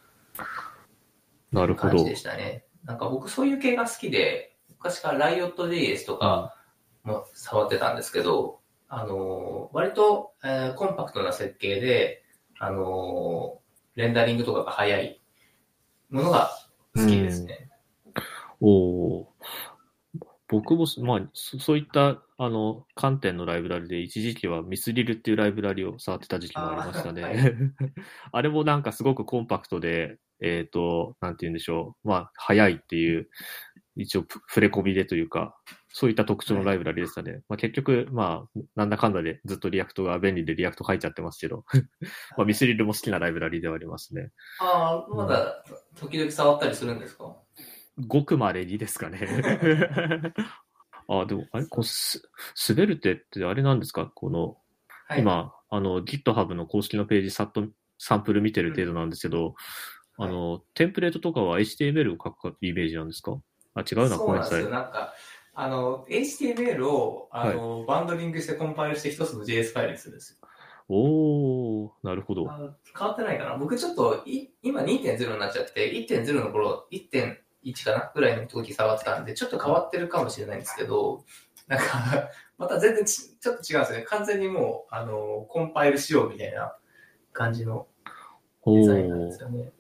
なるほ感じでど。 したね。なんか僕そういう系が好きで、昔からライオット ジェイエス とうん。 かも触ってたんですけど、あのー割と、えーコンパクトな設計で、あのーレンダリングとかが速いものがう好きですん。 ね。 おー。僕も、まあ、そそういった、あの、観点のライブラリで、一時期はミスリルっていうライブラリを触ってた時期もありましたああ、はい。 ね。あれもなんかすごくコンパクトで、えっと、なんて言うんでしょう。まあ、速いっていう、一応、プ触れ込みでというか、そういった特徴はい。 のライブラリでしたね。まあ、結局、まあ、なんだかんだでずっとリアクトが便利でリアクト書いちゃってますけど、まあ、ミスリルも好きなライブラリではありますね。 ああ、 うん。 まだ時々触ったりするんですか？ ごくまれにですかね。あ、でも、あれ、こう、す、滑る手ってあれなんですか？この、 はい。 今、あの、GitHub の公式のページ、さっとサンプル見てるうん。 程度なんですけど、あはい。 の、テンプレートとかは エイチティーエムエル を書くイメージなんですか？あ、違うな、ごめんなさい。 そうなんですよ。なんか、あの、エイチティーエムエル を、あはい。 の、バンドリングしてコンパイルして一つの ジェイエス ファイルにするんですよ。 おー、なるほど。 あ、変わってないかな。僕ちょっとい、今にてんゼロになっちゃってて、いってんゼロの頃、いってんいちかなぐらいの時触ってたんで、ちょっと変わってるかもしれないんですけど、なんか、また全然ちちょっと違うんですよね。完全にもう、あの、コンパイルしようみたいな感じのデザインなんでおー、 すよね。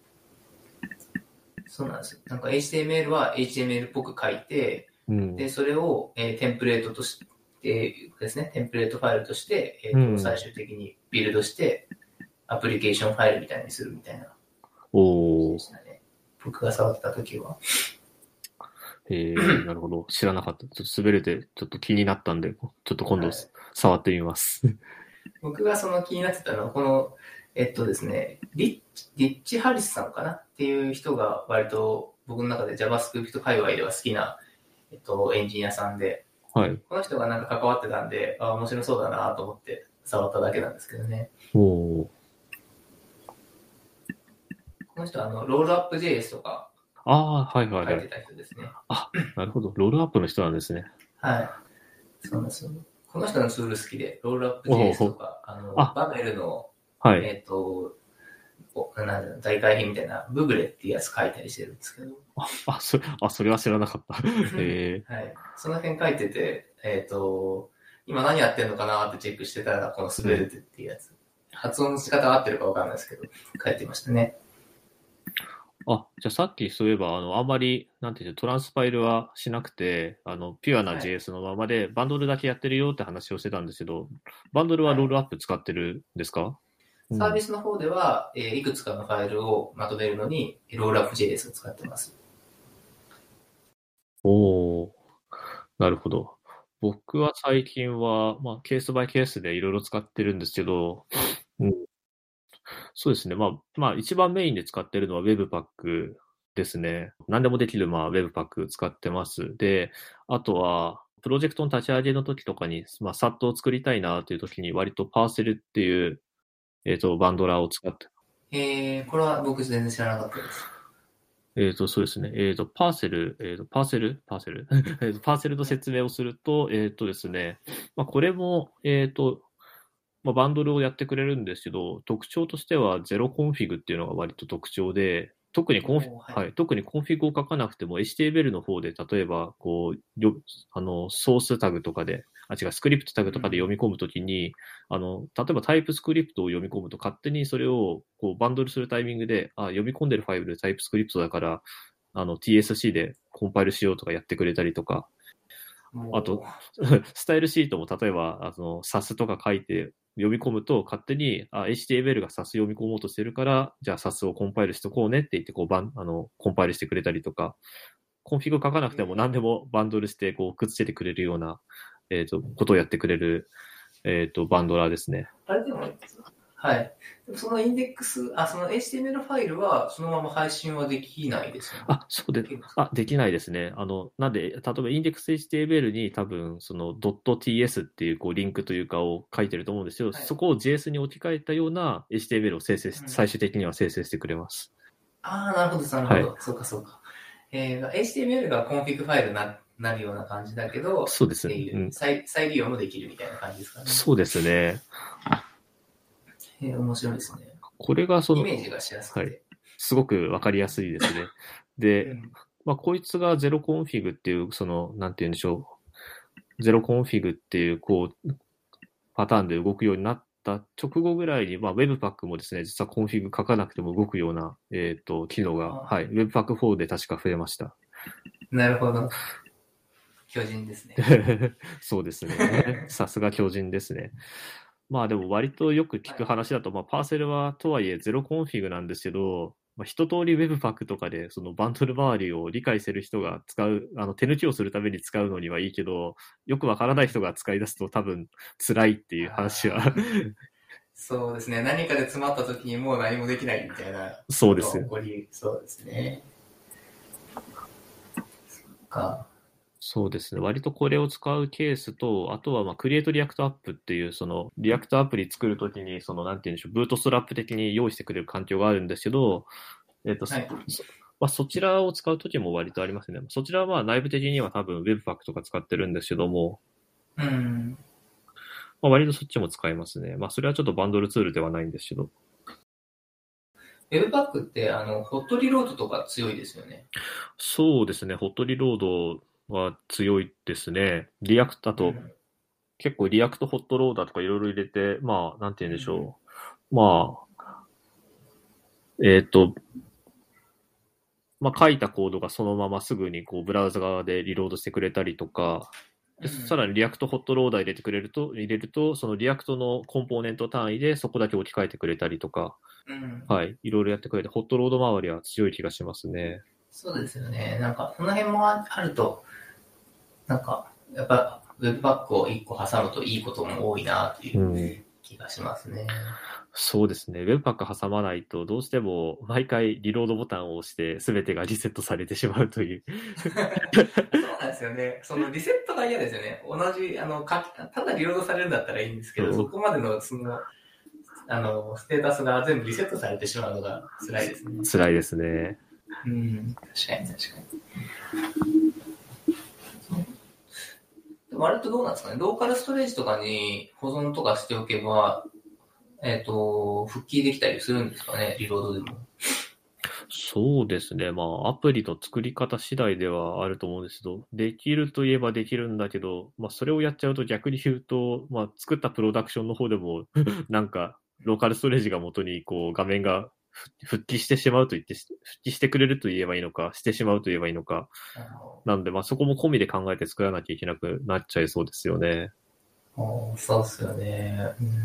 そうなんですよ。なんか エイチティーエムエル は エイチティーエムエル っぽく書いて、で、 うん、 それを、えーテンプレートとして、ですね、テンプレートファイルとして、えっ、と、最うん、 終的にビルドして、アプリケーションファイルみたいにするみたいな感じでおー、 したね。僕が触ってた時は。 えー、なるほど。知らなかった。ちょっと滑れて、ちょっと気になったんで、ちょっと今度はい。 触ってみます。 僕がその気になってたのは、この、えっとですね、リッチ、リッチ・ハリスさんかなっていう人が割と僕の中で JavaScript 界隈では好きな、えっと、エンジニアさんで、 はい。 この人がなんか関わってたんで、あ、面白そうだなと思って触っただけなんですけどね。 おー。 この人はあの、ロールアップ ジェイエス とかあー、はいはいはい。 書いてた人ですね。 あ、なるほど。ロールアップの人なんですね。 はい。そうなんですよ。この人のツール好きで、ロールアップおジェイエス とお、 か、あの、 あ、 バベルの、 はい。 えっ、と、おなんだろう代替品みたいな、ブブレっていうやつ書いたりしてるんですけど、 あ、あ、それ、あ、それは知らなかった。えはい。その辺書いてて、えっ、と、今何やってんのかなってチェックしてたら、このスー、うん。 ベルテっていうやつ。発音の仕方合ってるかわかんないですけど、書いてましたね。 あ、じゃあさっきそういえば、あの、あんまり、なんていうの、トランスパイルはしなくて、あの、ピュアなはい。 ジェイエス のままで、バンドルだけやってるよって話をしてたんですけど、バンドルははい。 ロールアップ使ってるんですか？うサービん。 スの方では、えーいくつかのファイルをまとめるのに、ロールアップ ジェイエス を使ってます。 おー、なるほど。僕は最近は、まあ、ケースバイケースでいろいろ使ってるんですけど、うん、そうですね。まあ、まあ、一番メインで使ってるのは Webpack ですね。何でもできる、まあ、Webpack 使ってます。で、あとは、プロジェクトの立ち上げの時とかに、まあ、サットを作りたいなという時に、割とパーセルっていう、えっと、バンドラーを使って、 えー、これは僕全然知らなかったです。 えっと、そうですね。えっと、パーセル、えっと、パーセルパーセルえっと、パーセルのはい。 説明をすると、えっとですね、まあ、これも、えっと、まあ、バンドルをやってくれるんですけど、特徴としてはゼロコンフィグっていうのが割と特徴で、特にコンフィ、 おー、はい。 はい、特にコンフィグを書かなくても エイチティーエムエル の方で、例えば、こう、よ、あの、ソースタグとかで、あ、違う、スクリプトタグとかで読うん。 み込むときに、あの、例えばタイプスクリプトを読み込むと勝手にそれを、こう、バンドルするタイミングで、あ、読み込んでるファイルでタイプスクリプトだから、あの、ティーエスシー でコンパイルしようとかやってくれたりとか、 もうあと、スタイルシートも例えば、あの、サス とか書いて読み込むと、勝手に、あ、エイチティーエムエル が サス 読み込もうとしてるから、じゃあ サス をコンパイルしとこうねって言って、こう、バン、あの、コンパイルしてくれたりとか、コンフィグ書かなくても何でもバンドルして、こう、くっつけてくれるような、えっと、ことをやってくれる、えっと、バンドラーですね。 あれでも、はい。そのインデックス、あ、その エイチティーエムエル ファイルはそのまま配信はできないですよね。 あ、そうで、あ、できないですね。あの、なんで、例えばインデックス エイチティーエムエル に多分、その .ts っていうこうリンクというかを書いてると思うんですけど、 はい、 そこを ジェイエス に置き換えたような エイチティーエムエル を生成、うん、最終的には生成してくれます。 ああ、なるほど、なるほど。はい、そうか、そうか。えー、エイチティーエムエル がコンフィグファイルにななるような感じだけど、 そうですね。 うん、再, 再利用もできるみたいな感じですかね。 そうですね。 えー、面白いですね。 これがその、 イメージがしやすくて。 はい、すごくわかりやすいですね。で、うん、まあ、こいつがゼロコンフィグっていう、その、なんて言うんでしょう。ゼロコンフィグっていう、こう、パターンで動くようになった直後ぐらいに、まあ、Webpack もですね、実はコンフィグ書かなくても動くような、えっと、機能が、はい、Webpack フォーで確か増えました。 なるほど。強靭ですね。 そうですね。さすが強靭ですね。まあでも割とよく聞く話だと、まあパーセルはとはいえゼロコンフィグなんですけど、まあ、一通り Webpack とかでそのバンドル周りを理解してる人が使う、あの手抜きをするために使うのにはいいけど、よくわからない人が使い出すと多分辛いっていう話は。 そうですね。何かで詰まった時にもう何もできないみたいな。 そうですよ。 そうですね。そっか。 そうですね。割とこれを使うケースと、あとは、まあ、クリエイトリアクトアップっていう、その、リアクトアプリ作るときに、その、なんて言うんでしょう、ブートストラップ的に用意してくれる環境があるんですけど、えっと、はい、そ, まあ、そちらを使うときも割とありますね。そちらはまあ内部的には多分 Webpack とか使ってるんですけども、 うん。 まあ、割とそっちも使えますね。まあ、それはちょっとバンドルツールではないんですけど。 Webpack って、あの、ホットリロードとか強いですよね。 そうですね。ホットリロードは強いですね。リアクトだと、うん、結構リアクトホットローダーとかいろいろ入れて、まあ、なんて言うんでしょう。うん、まあ、えっ、ー、と、まあ、書いたコードがそのまますぐにこうブラウザ側でリロードしてくれたりとか、でさらにリアクトホットローダー入れてくれると、入れると、そのリアクトのコンポーネント単位でそこだけ置き換えてくれたりとか、うん、はい、いろいろやってくれて、ホットロード周りは強い気がしますね。 そうですよね。なんか、この辺もあると、なんか、やっぱ、Webpack をいっこ挟むといいことも多いなという気がしますね。うん、 そうですね。Webpack 挟まないと、どうしても毎回リロードボタンを押して、すべてがリセットされてしまうという。 そうなんですよね。そのリセットが嫌ですよね。同じ、あの、かただリロードされるんだったらいいんですけど、そこまでの、その、あの、ステータスが全部リセットされてしまうのが辛いですね。 辛いですね。 うん、確かに確かに。でもあれってどうなんですかね。ローカルストレージとかに保存とかしておけば、えっと、復帰できたりするんですかね、リロードでも。 そうですね。まあ、アプリの作り方次第ではあると思うんですけど、できるといえばできるんだけど、まあ、それをやっちゃうと逆に言うと、まあ、作ったプロダクションの方でも、なんか、ローカルストレージが元に、こう、画面が復帰してしまうと言って、復帰してくれると言えばいいのか、してしまうと言えばいいのか。なんで、まあ、そこも込みで考えて作らなきゃいけなくなっちゃいそうですよね。 そうっすよね。うん。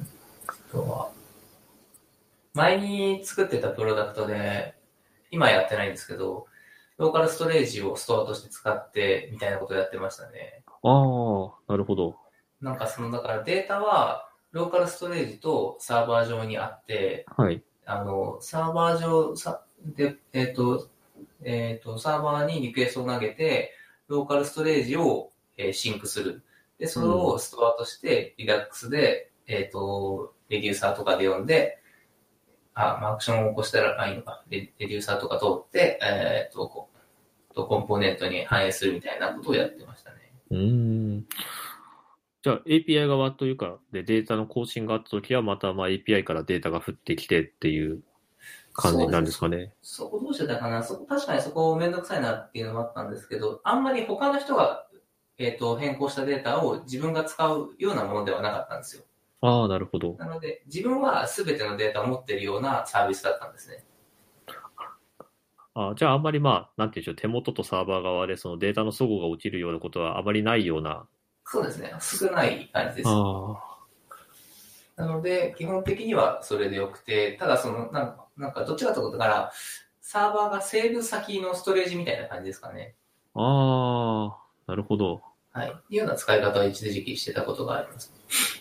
あとは前に作ってたプロダクトで、今やってないんですけど、ローカルストレージをストアとして使ってみたいなことをやってましたね。 ああ、なるほど。 なんかその、だからデータはローカルストレージとサーバー上にあって、 はい。 あの、サーバー上さで、えっ、ー、と、えっ、ー、と、サーバーにリクエストを投げて、ローカルストレージを、えー、シンクする。で、それをストアとしてリラックスで、うん、えっ、ー、と、レデューサーとかで読んで、あ、まあ、アクションを起こしたらいいのか。レ, レデューサーとか通って、えっ、ー、と、こう、コンポーネントに反映するみたいなことをやってましたね。 うーん。じゃあ エーピーアイ 側というか、でデータの更新があったときは、またまあ エーピーアイ からデータが降ってきてっていう感じなんですかね。 そ, そこどうしてたかな。そこ確かにそこめんどくさいなっていうのもあったんですけど、あんまり他の人が、えっ、ー、と変更したデータを自分が使うようなものではなかったんですよ。 ああ、なるほど。 なので、自分は全てのデータを持っているようなサービスだったんですね。 あ、じゃああんまりまあ、なんていうんでしょう、手元とサーバー側でそのデータの齟齬が起きるようなことはあまりないような。 そうですね。少ない感じです。 ああ、 なので、基本的にはそれでよくて、ただその、なんか、なんかどっちかというと、だから、サーバーがセーブ先のストレージみたいな感じですかね。 ああ、なるほど。 はい。いうような使い方を一時期してたことがあります。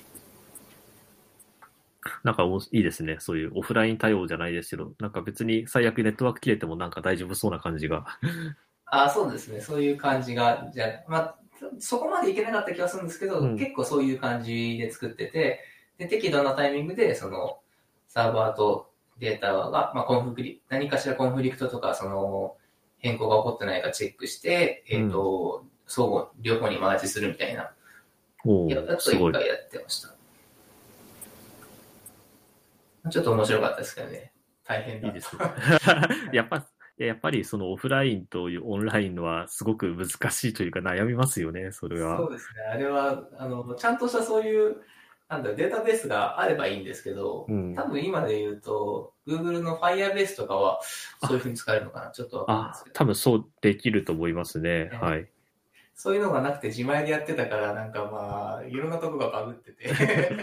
なんかおいいですね。そういうオフライン対応じゃないですけど、なんか別に最悪ネットワーク切れてもなんか大丈夫そうな感じが。 ああ、そうですね。そういう感じが、じゃあ、まあ、そこまでいけなかった気がするんですけど、 うん。 結構そういう感じで作ってて、で、適度なタイミングで、その、サーバーとデータが、まあ、コンフリ、何かしらコンフリクトとか、その、変更が起こってないかチェックして、えっ、 うん。 と、相互、両方にマージするみたいな、やおお、 っとすごい。 一回やってました。ちょっと面白かったですけどね。大変だった。 いいですね。やっぱ、やっぱりそのオフラインというオンラインのはすごく難しいというか悩みますよね、それは。 そうですね。あれは、あの、ちゃんとしたそういう、なんだ、データベースがあればいいんですけど、 うん。 多分今で言うと、Google の Firebase とかは、そういうあ、 風に使えるのかなちょっとわかんないですあ、 けど。 多分そうできると思いますね。 ね、 はい。 そういうのがなくて自前でやってたから、なんかまあ、いろんなとこがバグってて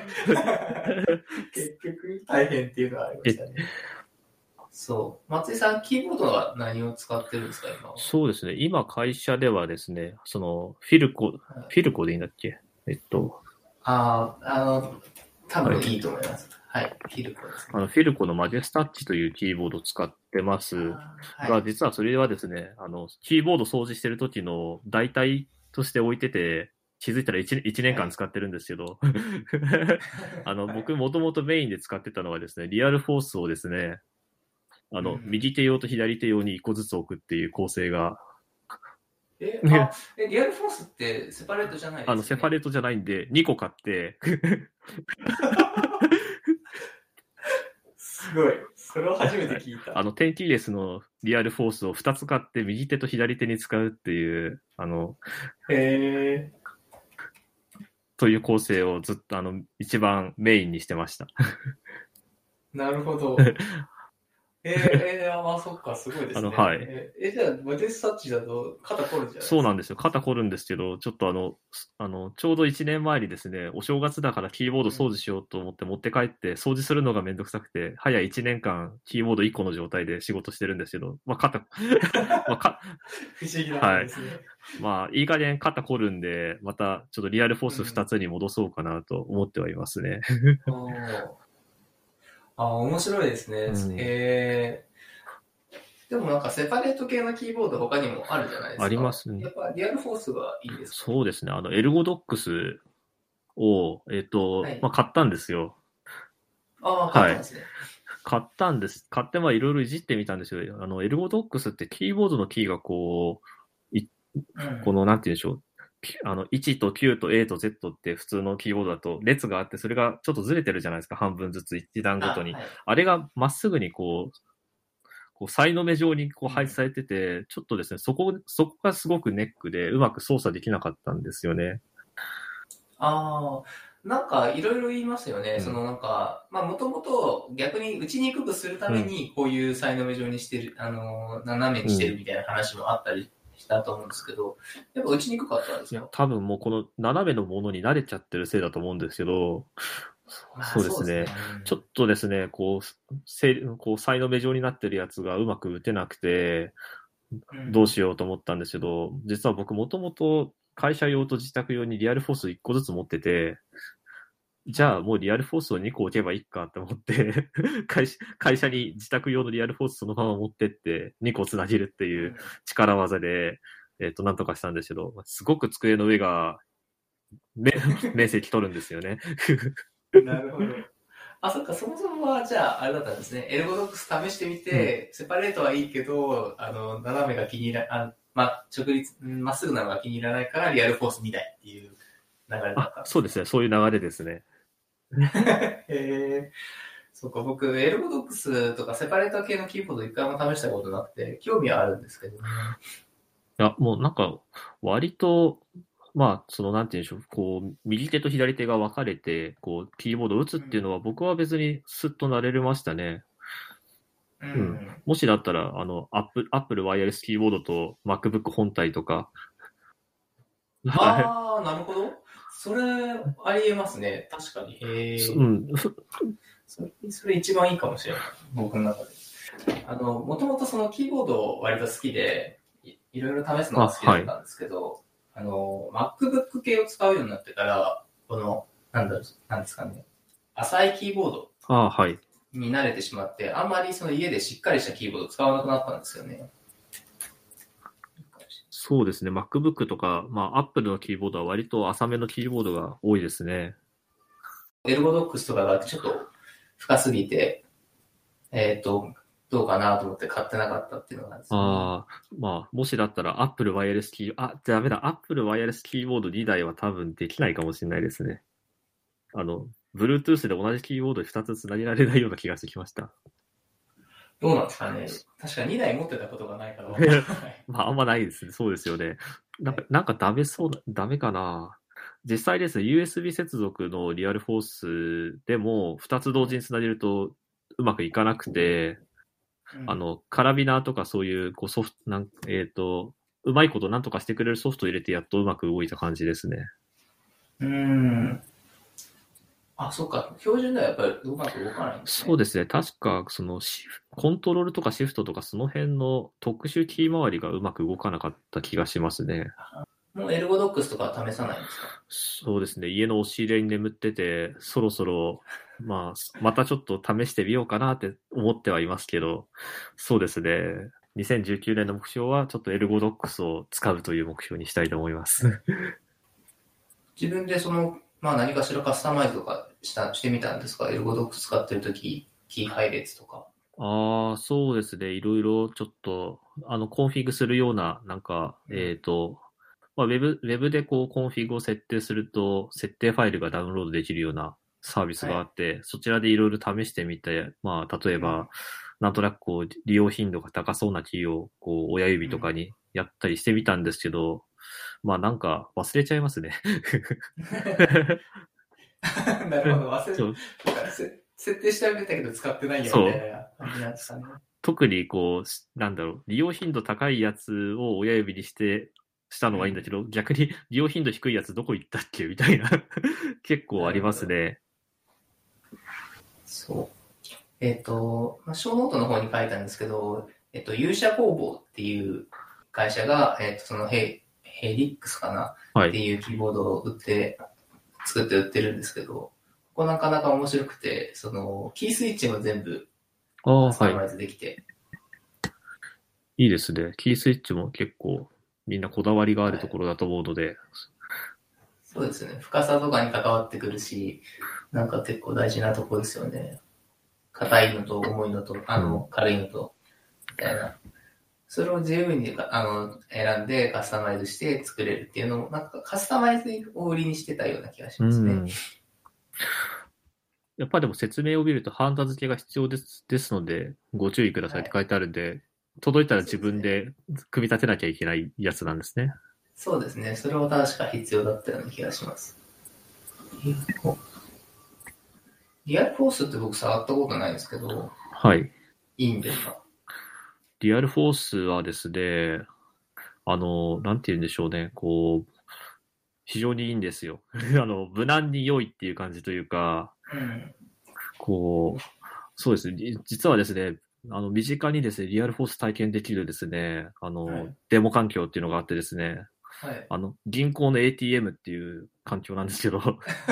結局大変っていうのはありましえ、 たね。そう。松井さん、キーボードは何を使ってるんですか、今は。 そうですね。今会社ではですね、そのフィルコ、フはい、 ィルコでいいんだっけ？えっと、 ああ、あの、多はい。 分いいと思います。はい。フィルコですね。 あの、フィルコのマジェスタッチというキーボードを使ってますああ、はが、 い。 実はそれはですね、あの、キーボード掃除してる時の代替として置いてて、気づいたら 1, 一年はい。 間使ってるんですけど、あの、 はい。 僕もともとメインで使ってたのはですね、リアルフォースをですね、あの、 うん。 右手用と左手用にいっこずつ置くっていう構成が、 え、あ、え、リアルフォースってセパレートじゃないあの、 ですよね。 セパレートじゃないんで、にこ買ってすごい。それを初めて聞いた。 あの、テンキーレスのリアルフォースをふたつ買って右手と左手に使うっていう、あの、 へえ、 という構成をずっとあの、一番メインにしてました。 なるほど。えー、えー、あ、そっか、すごいであの、 すね。 はい。 え、えじゃあ、モデスタッチだと肩凝るじゃないですか。 そうなんですよ。肩凝るんですけど、ちょっとあの、あの、ちょうどいちねんまえにですね、お正月だからキーボードうん。 掃除しようと思って持って帰って、掃除するのがめんどくさくて、早いちねんかんキーボードいっこの状態で仕事してるんですけど、まあ、肩、まあ、か、 不思議なもはい。 んですね。 まあ、いい加減肩凝るんで、またちょっとリアルフォース2 うん。 つに戻そうかなと思ってはいますね。 おー。あ、面白いですね。 うん。 へえ。でもなんかセパレート系のキーボード他にもあるじゃないであすか。 りますね。 やっぱリアルフォースがいいんですかね。 そうですね。あの、エルゴドックスを、えっと、まはい。 あ、買ったんですよ。 ああ、買っはい。 たんですね。 買ったんです。買ってまあいろいろいじってみたんですよ。あの、エルゴドックスってキーボードのキーがこう、いうん。 この、なんて言うんでしょう。あの、いちときゅうと A と Z って普通のキーボードだと列があって、それがちょっとずれてるじゃないですか。半分ずつ一段ごとあ、 に。 はい。 あれがまっすぐにこう、こう、サイの目状にこううん。 配置されてて、ちょっとですね、そこ、そこがすごくネックで、うまく操作できなかったんですよね。 ああ、なんかいろいろ言いますよね。 うん。 そのなんか、まあもともと逆に打ちにくくするたうん。 めにこういうサイの目状にしてる、あのー、斜めにしてるうん。 みたいな話もあったりしたと思うんですけど、やっぱ打ちにくかったんですいや、 か？ 多分もうこの斜めのものに慣れちゃってるせいだと思うんですけど、 まあそうですね。 そうですね。 ちょっとですね、こう、せこう、サイの目状になってるやつがうまく打てなくて、 うん。うん。 どうしようと思ったんですけど、実は僕もともと会社用と自宅用にリアルフォースいっこずつ持ってて、じはい。 ゃあもうリアルフォースをにこ置けばいいかって思って会社、会社に自宅用のリアルフォースそのまま持ってってにこつなげるっていううん。 力技で、えっ、と、なんとかしたんですけど、すごく机の上が面面積取るんですよね。 なるほど。あ、そっか、そもそもは、じゃあ、あれだったんですね。エルゴドックス試してみうん。 て、セパレートはいいけど、あの、斜めが気に入ら、あまあ、直立、まっすぐなのが気に入らないから、リアルフォースにだいっていう流れだっあ、 たんですね。 そうですね。そういう流れですね。 へえ。そうか、僕、エルゴドックスとかセパレート系のキーボード一回も試したことなくて、興味はあるんですけどね。 いや、もうなんか、割と、まあ、その、なんて言うんでしょう、こう、右手と左手が分かれて、こう、キーボードを打つうん。 っていうのは、僕は別にスッと慣れれましたね。 ううんん。もしだったら、あの、Apple、Apple ワイヤレスキーボードと MacBook 本体とか、はい。 ああ、なるほど。それ、ありえますね。確かに。へえ。 うん。 それ、それ一番いいかもしれない。僕の中で。あの、もともとそのキーボード割と好きで、い、いろいろ試すのあ、 が好きだはい。 ったんですけど、あの、MacBook 系を使うようになってから、この、なんだろう、なんですかね、浅いキーボードあ、はい。 に慣れてしまって、あんまりその家でしっかりしたキーボードを使わなくなったんですよね。 そうですね。MacBook とか、まあ、Apple のキーボードは割と浅めのキーボードが多いですね。 エルゴドックスとかがちょっと深すぎて、えっ、と、どうかなと思って買ってなかったっていうのがあるんですよね。 ああ、まあ、もしだったら Apple ワイヤレスキー、あ、ダメだ。Apple ワイヤレスキーボードにだいは多分できないかもしれないですね。あの、Bluetooth で同じキーボードふたつ繋げられないような気がしてきました。 どうなんですかね。確かにだい持ってたことがないからわからない。 まあ、あんまないですね。そうですよね。なんか、なんかダメそうな、ダメかな。実際ですね、ユーエスビ 接続のリアルフォースでもふたつ同時につなげるとうまくいかなくて、 うん。 あの、カラビナとかそういうこうソフト、なん、えっと、うまいことなんとかしてくれるソフトを入れてやっとうまく動いた感じですね。 うーん。あ、そっか。標準ではやっぱりうまく動かないんですね。 そうですね。確か、そのシフ、コントロールとかシフトとかその辺の特殊キー周りがうまく動かなかった気がしますね。 もうエルゴドックスとかは試さないんですか？ そうですね。家の押し入れに眠ってて、そろそろ、まあ、またちょっと試してみようかなって思ってはいますけど、そうですね。にせんじゅうきゅうねんの目標は、ちょっとエルゴドックスを使うという目標にしたいと思います。 自分でその、まあ何かしらカスタマイズとかした、してみたんですか？エルゴドックス使ってるとき、キー配列とか。 ああ、そうですね。いろいろちょっと、あの、コンフィグするような、なんか、 うん。 えっと、まあ、ウェブ、ウェブでこう、コンフィグを設定すると、設定ファイルがダウンロードできるようなサービスはい。 があって、そちらでいろいろ試してみて、まあ、例えうん。 ば、なんとなくこう、利用頻度が高そうなキーを、こう、親指うん。 とかにやったりしてみたんですけど、まあ、なんか忘れちゃいますね。 なるほど。忘れ、 そう、 そうか、せ設定してあげたけど使ってないや、みたそう。 いな感じなんですかね。 特にこう、なんだろう、利用頻度高いやつを親指にして、したのはいいんだうん。 けど、逆に利用頻度低いやつどこ行ったっけみたいな結構ありなるほど。 ますね。 そう。えっ、と、まあ、小ノートの方に書いたんですけど、えっ、と、勇者工房っていう会社が、えっ、と、そのヘイ、ヘリックスかなはい。 っていうキーボードを売って、作って売ってるんですけど、ここなかなか面白くて、その、キースイッチも全部ああ、はい。 カスタマイズできて、 いいですね。キースイッチも結構みんなこだわりがあはい。 るところだと思うので。 そうですね。深さとかに関わってくるし、なんか結構大事なところですよね。硬いのと重いのと、あうん。 の、軽いのと、みたいな。それを自由にあの選んでカスタマイズして作れるっていうのも、なんかカスタマイズを売りにしてたような気がしうますね。 ん。やっぱでも説明を見るとハンダ付けが必要です、ですので、ご注意くださいはい。 って書いてあるんで、届いたら自そうですね。 分で組み立てなきゃいけないやつなんですね。 そうですね。それは確か必要だったような気がします。リアルフォースって僕触ったことないんですけど、 はい。 いいんですか？ リアルフォースはですね、あの、なんて言うんでしょうね、こう、非常にいいんですよ。あの、無難に良いっていう感じというか、 うん。 こう、そうですね、実はですね、あの、身近にですね、リアルフォース体験できるですね、あの、 はい。 デモ環境っていうのがあってですね、 はい。 あの、銀行の エーティーエム っていう環境なんですけど、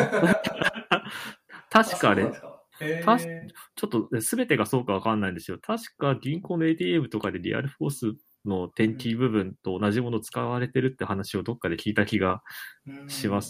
あ、 確かあれ、 そうなんですか。 たし、 へちょっと全てがそうかわかんないんですよ。確か銀行の エーティーエム とかでリアルフォースのー。うん。 点キー部分と同じもの使われてるって話をどっかで聞いた気がうん。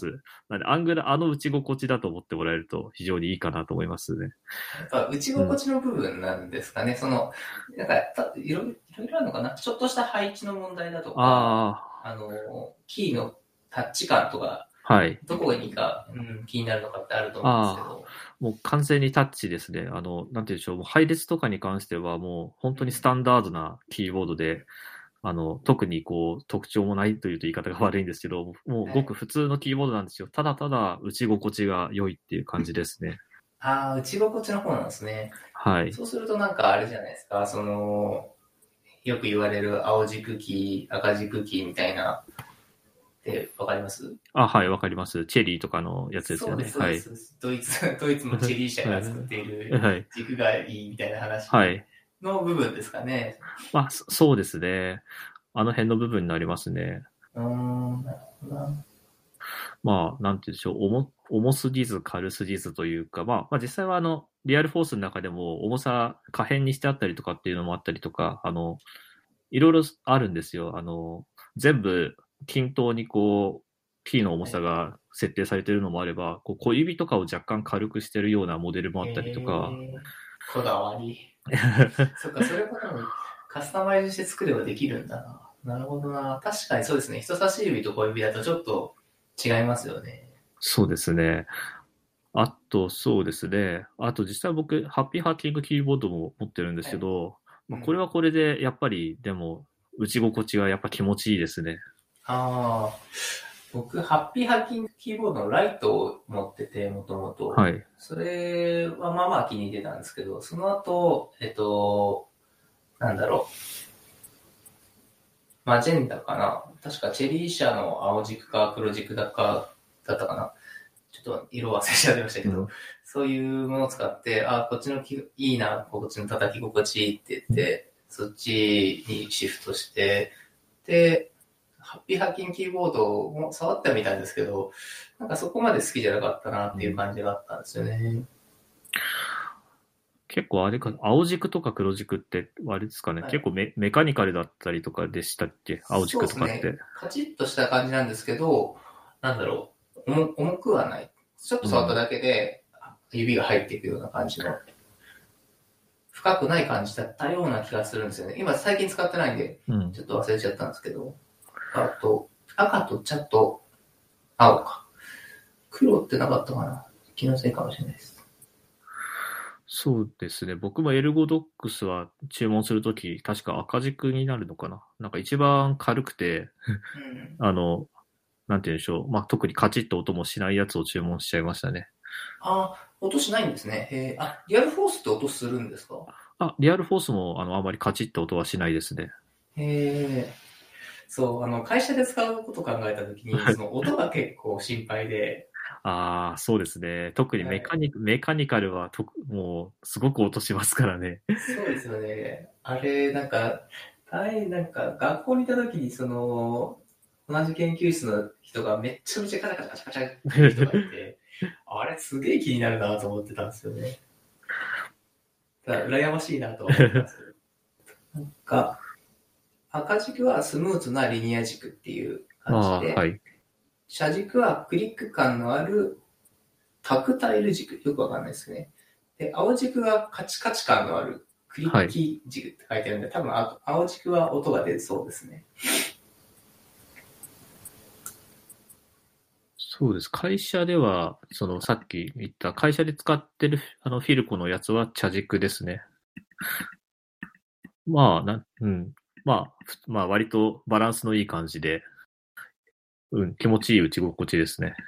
します。なので、アングル、あの打ち心地だと思ってもらえると非常にいいかなと思いますね。 やっぱ打ちうん。 心地の部分なんですかね。その、なんか、たいろいろいろあるのかな。ちょっとした配置の問題だとか、 ああの、キーのタッチ感とか、 あ、はい。 どこにか、うん、気になるのかってあると思うんですけああ、 ど、 もう完全にタッチですね。あの、なんて言うんでしょう。もう配列とかに関してはもう本うん。 当にスタンダードなキーボードで、あの、特にこう、特徴もないというと言い方が悪いんですけど、もうはい。 ごく普通のキーボードなんですよ。ただただ打ち心地が良いっていう感じですね。 ああ、打ち心地の方なんですね。 はい。 そうするとなんかあれじゃないですか、その、よく言われる青軸キー、赤軸キーみたいな、ってわかります？ あ、はい、わかります。チェリーとかのやつですよね。 そうです、そうはい。 です。ドイツ、ドイツのチェリー社が作っているはい。 軸がいいみたいな話はい。 の部分ですかね。 まあ、そそうですね。あの辺の部分になりますね。 うーん、なるほどな。 まあ、なんて言うんでしょう。重、重すぎず軽すぎずというか、まあ、まあ実際はあの、リアルフォースの中でも重さ可変にしてあったりとかっていうのもあったりとか、あの、いろいろあるんですよ。あの、全部均等にこう、P の重はい。 さが設定されているのもあれば、こう小指とかを若干軽くしてるようなモデルもあへったりとか、 え、こだわり。そっか、それもでもカスタマイズして作ればできるんだな。なるほどな。確かにそうですね。人差し指と小指だとちょっと違いますよね。 そうですね。あと、そうですね。あと、実際僕、ハッピーハッキングキーボードも持ってるんですはい。 けど、まあ、これうん。 はこれで、やっぱり、でも、打ち心地がやっぱ気持ちいいですね。 ああ、僕、ハッピーハッキングキーボードのライトを持ってて、もともと。 はい。 それはまあまあ気に入ってたんですけど、その後、えっと、なんだろう、マジェンダかな。確かチェリー社の青軸か黒軸だかだったかな。ちょっと色忘れちゃいましたけど、 うん。 そういうものを使って、あ、こっちのきいいな、こっちの叩き心地いいって言って、そっちにシフトして、で、ハッピーハッキングキーボードも触ってはみたんですけど、なんかそこまで好きじゃなかったなっていううん、 感じがあったんですよね。 結構あれか、青軸とか黒軸って、あれですかね。 はい。 結構メメカニカルだったりとかでしたっけ？青そう軸ですね。 とかって。 カチッとした感じなんですけど、なんだろう、重重くはない。ちょっと触ったうん。 だけで指が入っていくような感じの、深くない感じだったような気がするんですよね。今最近使ってないんで、 うん。 ちょっと忘れちゃったんですけど、あと、赤と茶と青か。黒ってなかったかな。気のせいかもしれないです。 そうですね。僕もエルゴドックスは注文するとき、確か赤軸になるのかな。なんか一番軽くて、 うん。 あの、なんて言うんでしょう。まあ、特にカチッと音もしないやつを注文しちゃいましたね。 ああ、音しないんですね。へえ。あ、リアルフォースって音するんですか？ あ、リアルフォースも、あの、あまりカチッと音はしないですね。 へえ。そう、あの、会社で使うことを考えたときに、その音が結構心配で、 ああ、そうですね。特にはい。 メカニ、メカニカルはとく、もう、すごく音しますからね。 そうですよね。あれ、なんか、大なんか、学校にいたときに、その、同じ研究室の人がめっちゃめちゃカチャカチャカチャカチャっていう人がいて、あれすげえ気になるなと思ってたんですよね。ただ、羨ましいなと思ってたんですけど。なんか、赤軸はスムーズなリニア軸っていうああ、は感じで、 い。 車軸はクリック感のあるタクタイル軸。よくわかんないですね。で、青軸はカチカチ感のあるクリッはい。 キー軸って書いてあるんで、多分青軸は音が出そうですね。 そうです。会社では、その、さっき言った会社で使ってる、あの、フィルコのやつは茶軸ですね。まあ、なん、うん。まあ、ふまあ、割とバランスのいい感じで、うん、気持ちいい打ち心地ですね。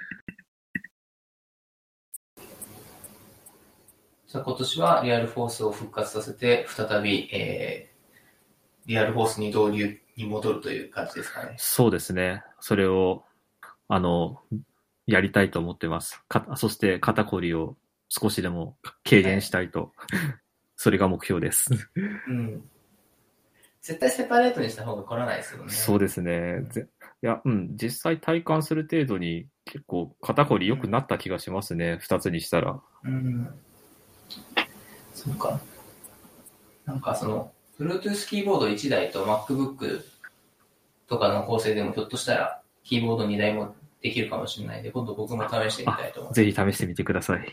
じゃあ今年はリアルフォースを復活させて、再び、えー、リアルフォースに導入に戻るという感じですかね。 そうですね。それを、あの、やりたいと思ってます。か、そして肩こりを少しでも軽減しはい。 たいと。それが目標です。 うん。絶対セパレートにした方が凝らないですよね。 そうですね。ぜいや、うん、実際体感する程度に結構肩こり良くなった気がしますね。二つにしたら。 うん。うん。そうか。なんかその、Bluetooth キーボードいちだいと MacBook とかの構成でもひょっとしたらキーボードにだいもできるかもしれないんで、今度僕も試してみたあ、 いと思います。 ぜひ試してみてください。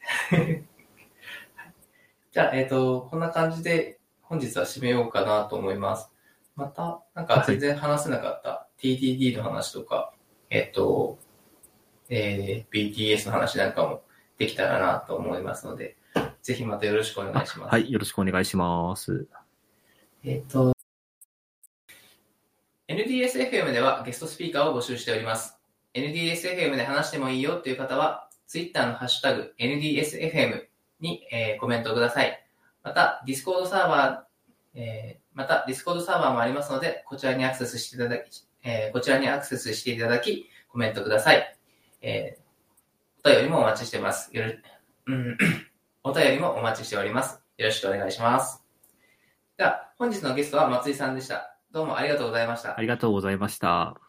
じゃあ、えっと、こんな感じで本日は締めようかなと思います。また、なんかはい。 全然話せなかった ティーティーディー の話とか、えっと、えー、ビーティーエス の話なんかもできたらなと思いますので、ぜひまたよろしくお願いしあ、はい。 ます。 よろしくお願いします。 えっと、エヌディーエスエフエム ではゲストスピーカーを募集しております。エヌディーエスエフエム で話してもいいよっていう方は、 Twitter のハッシュタグ エヌディーエスエフエム に、えー、コメントください。また、Discord サーバー、えー、また Discord サーバーもありますので、こちらにアクセスしていただき、えー、こちらにアクセスしていただき、コメントください。えー、お便りもお待ちしてます。よろ、うん、お便りもお待ちしております。よろしくお願いします。では、本日のゲストは松井さんでした。どうもありがとうございました。 ありがとうございました。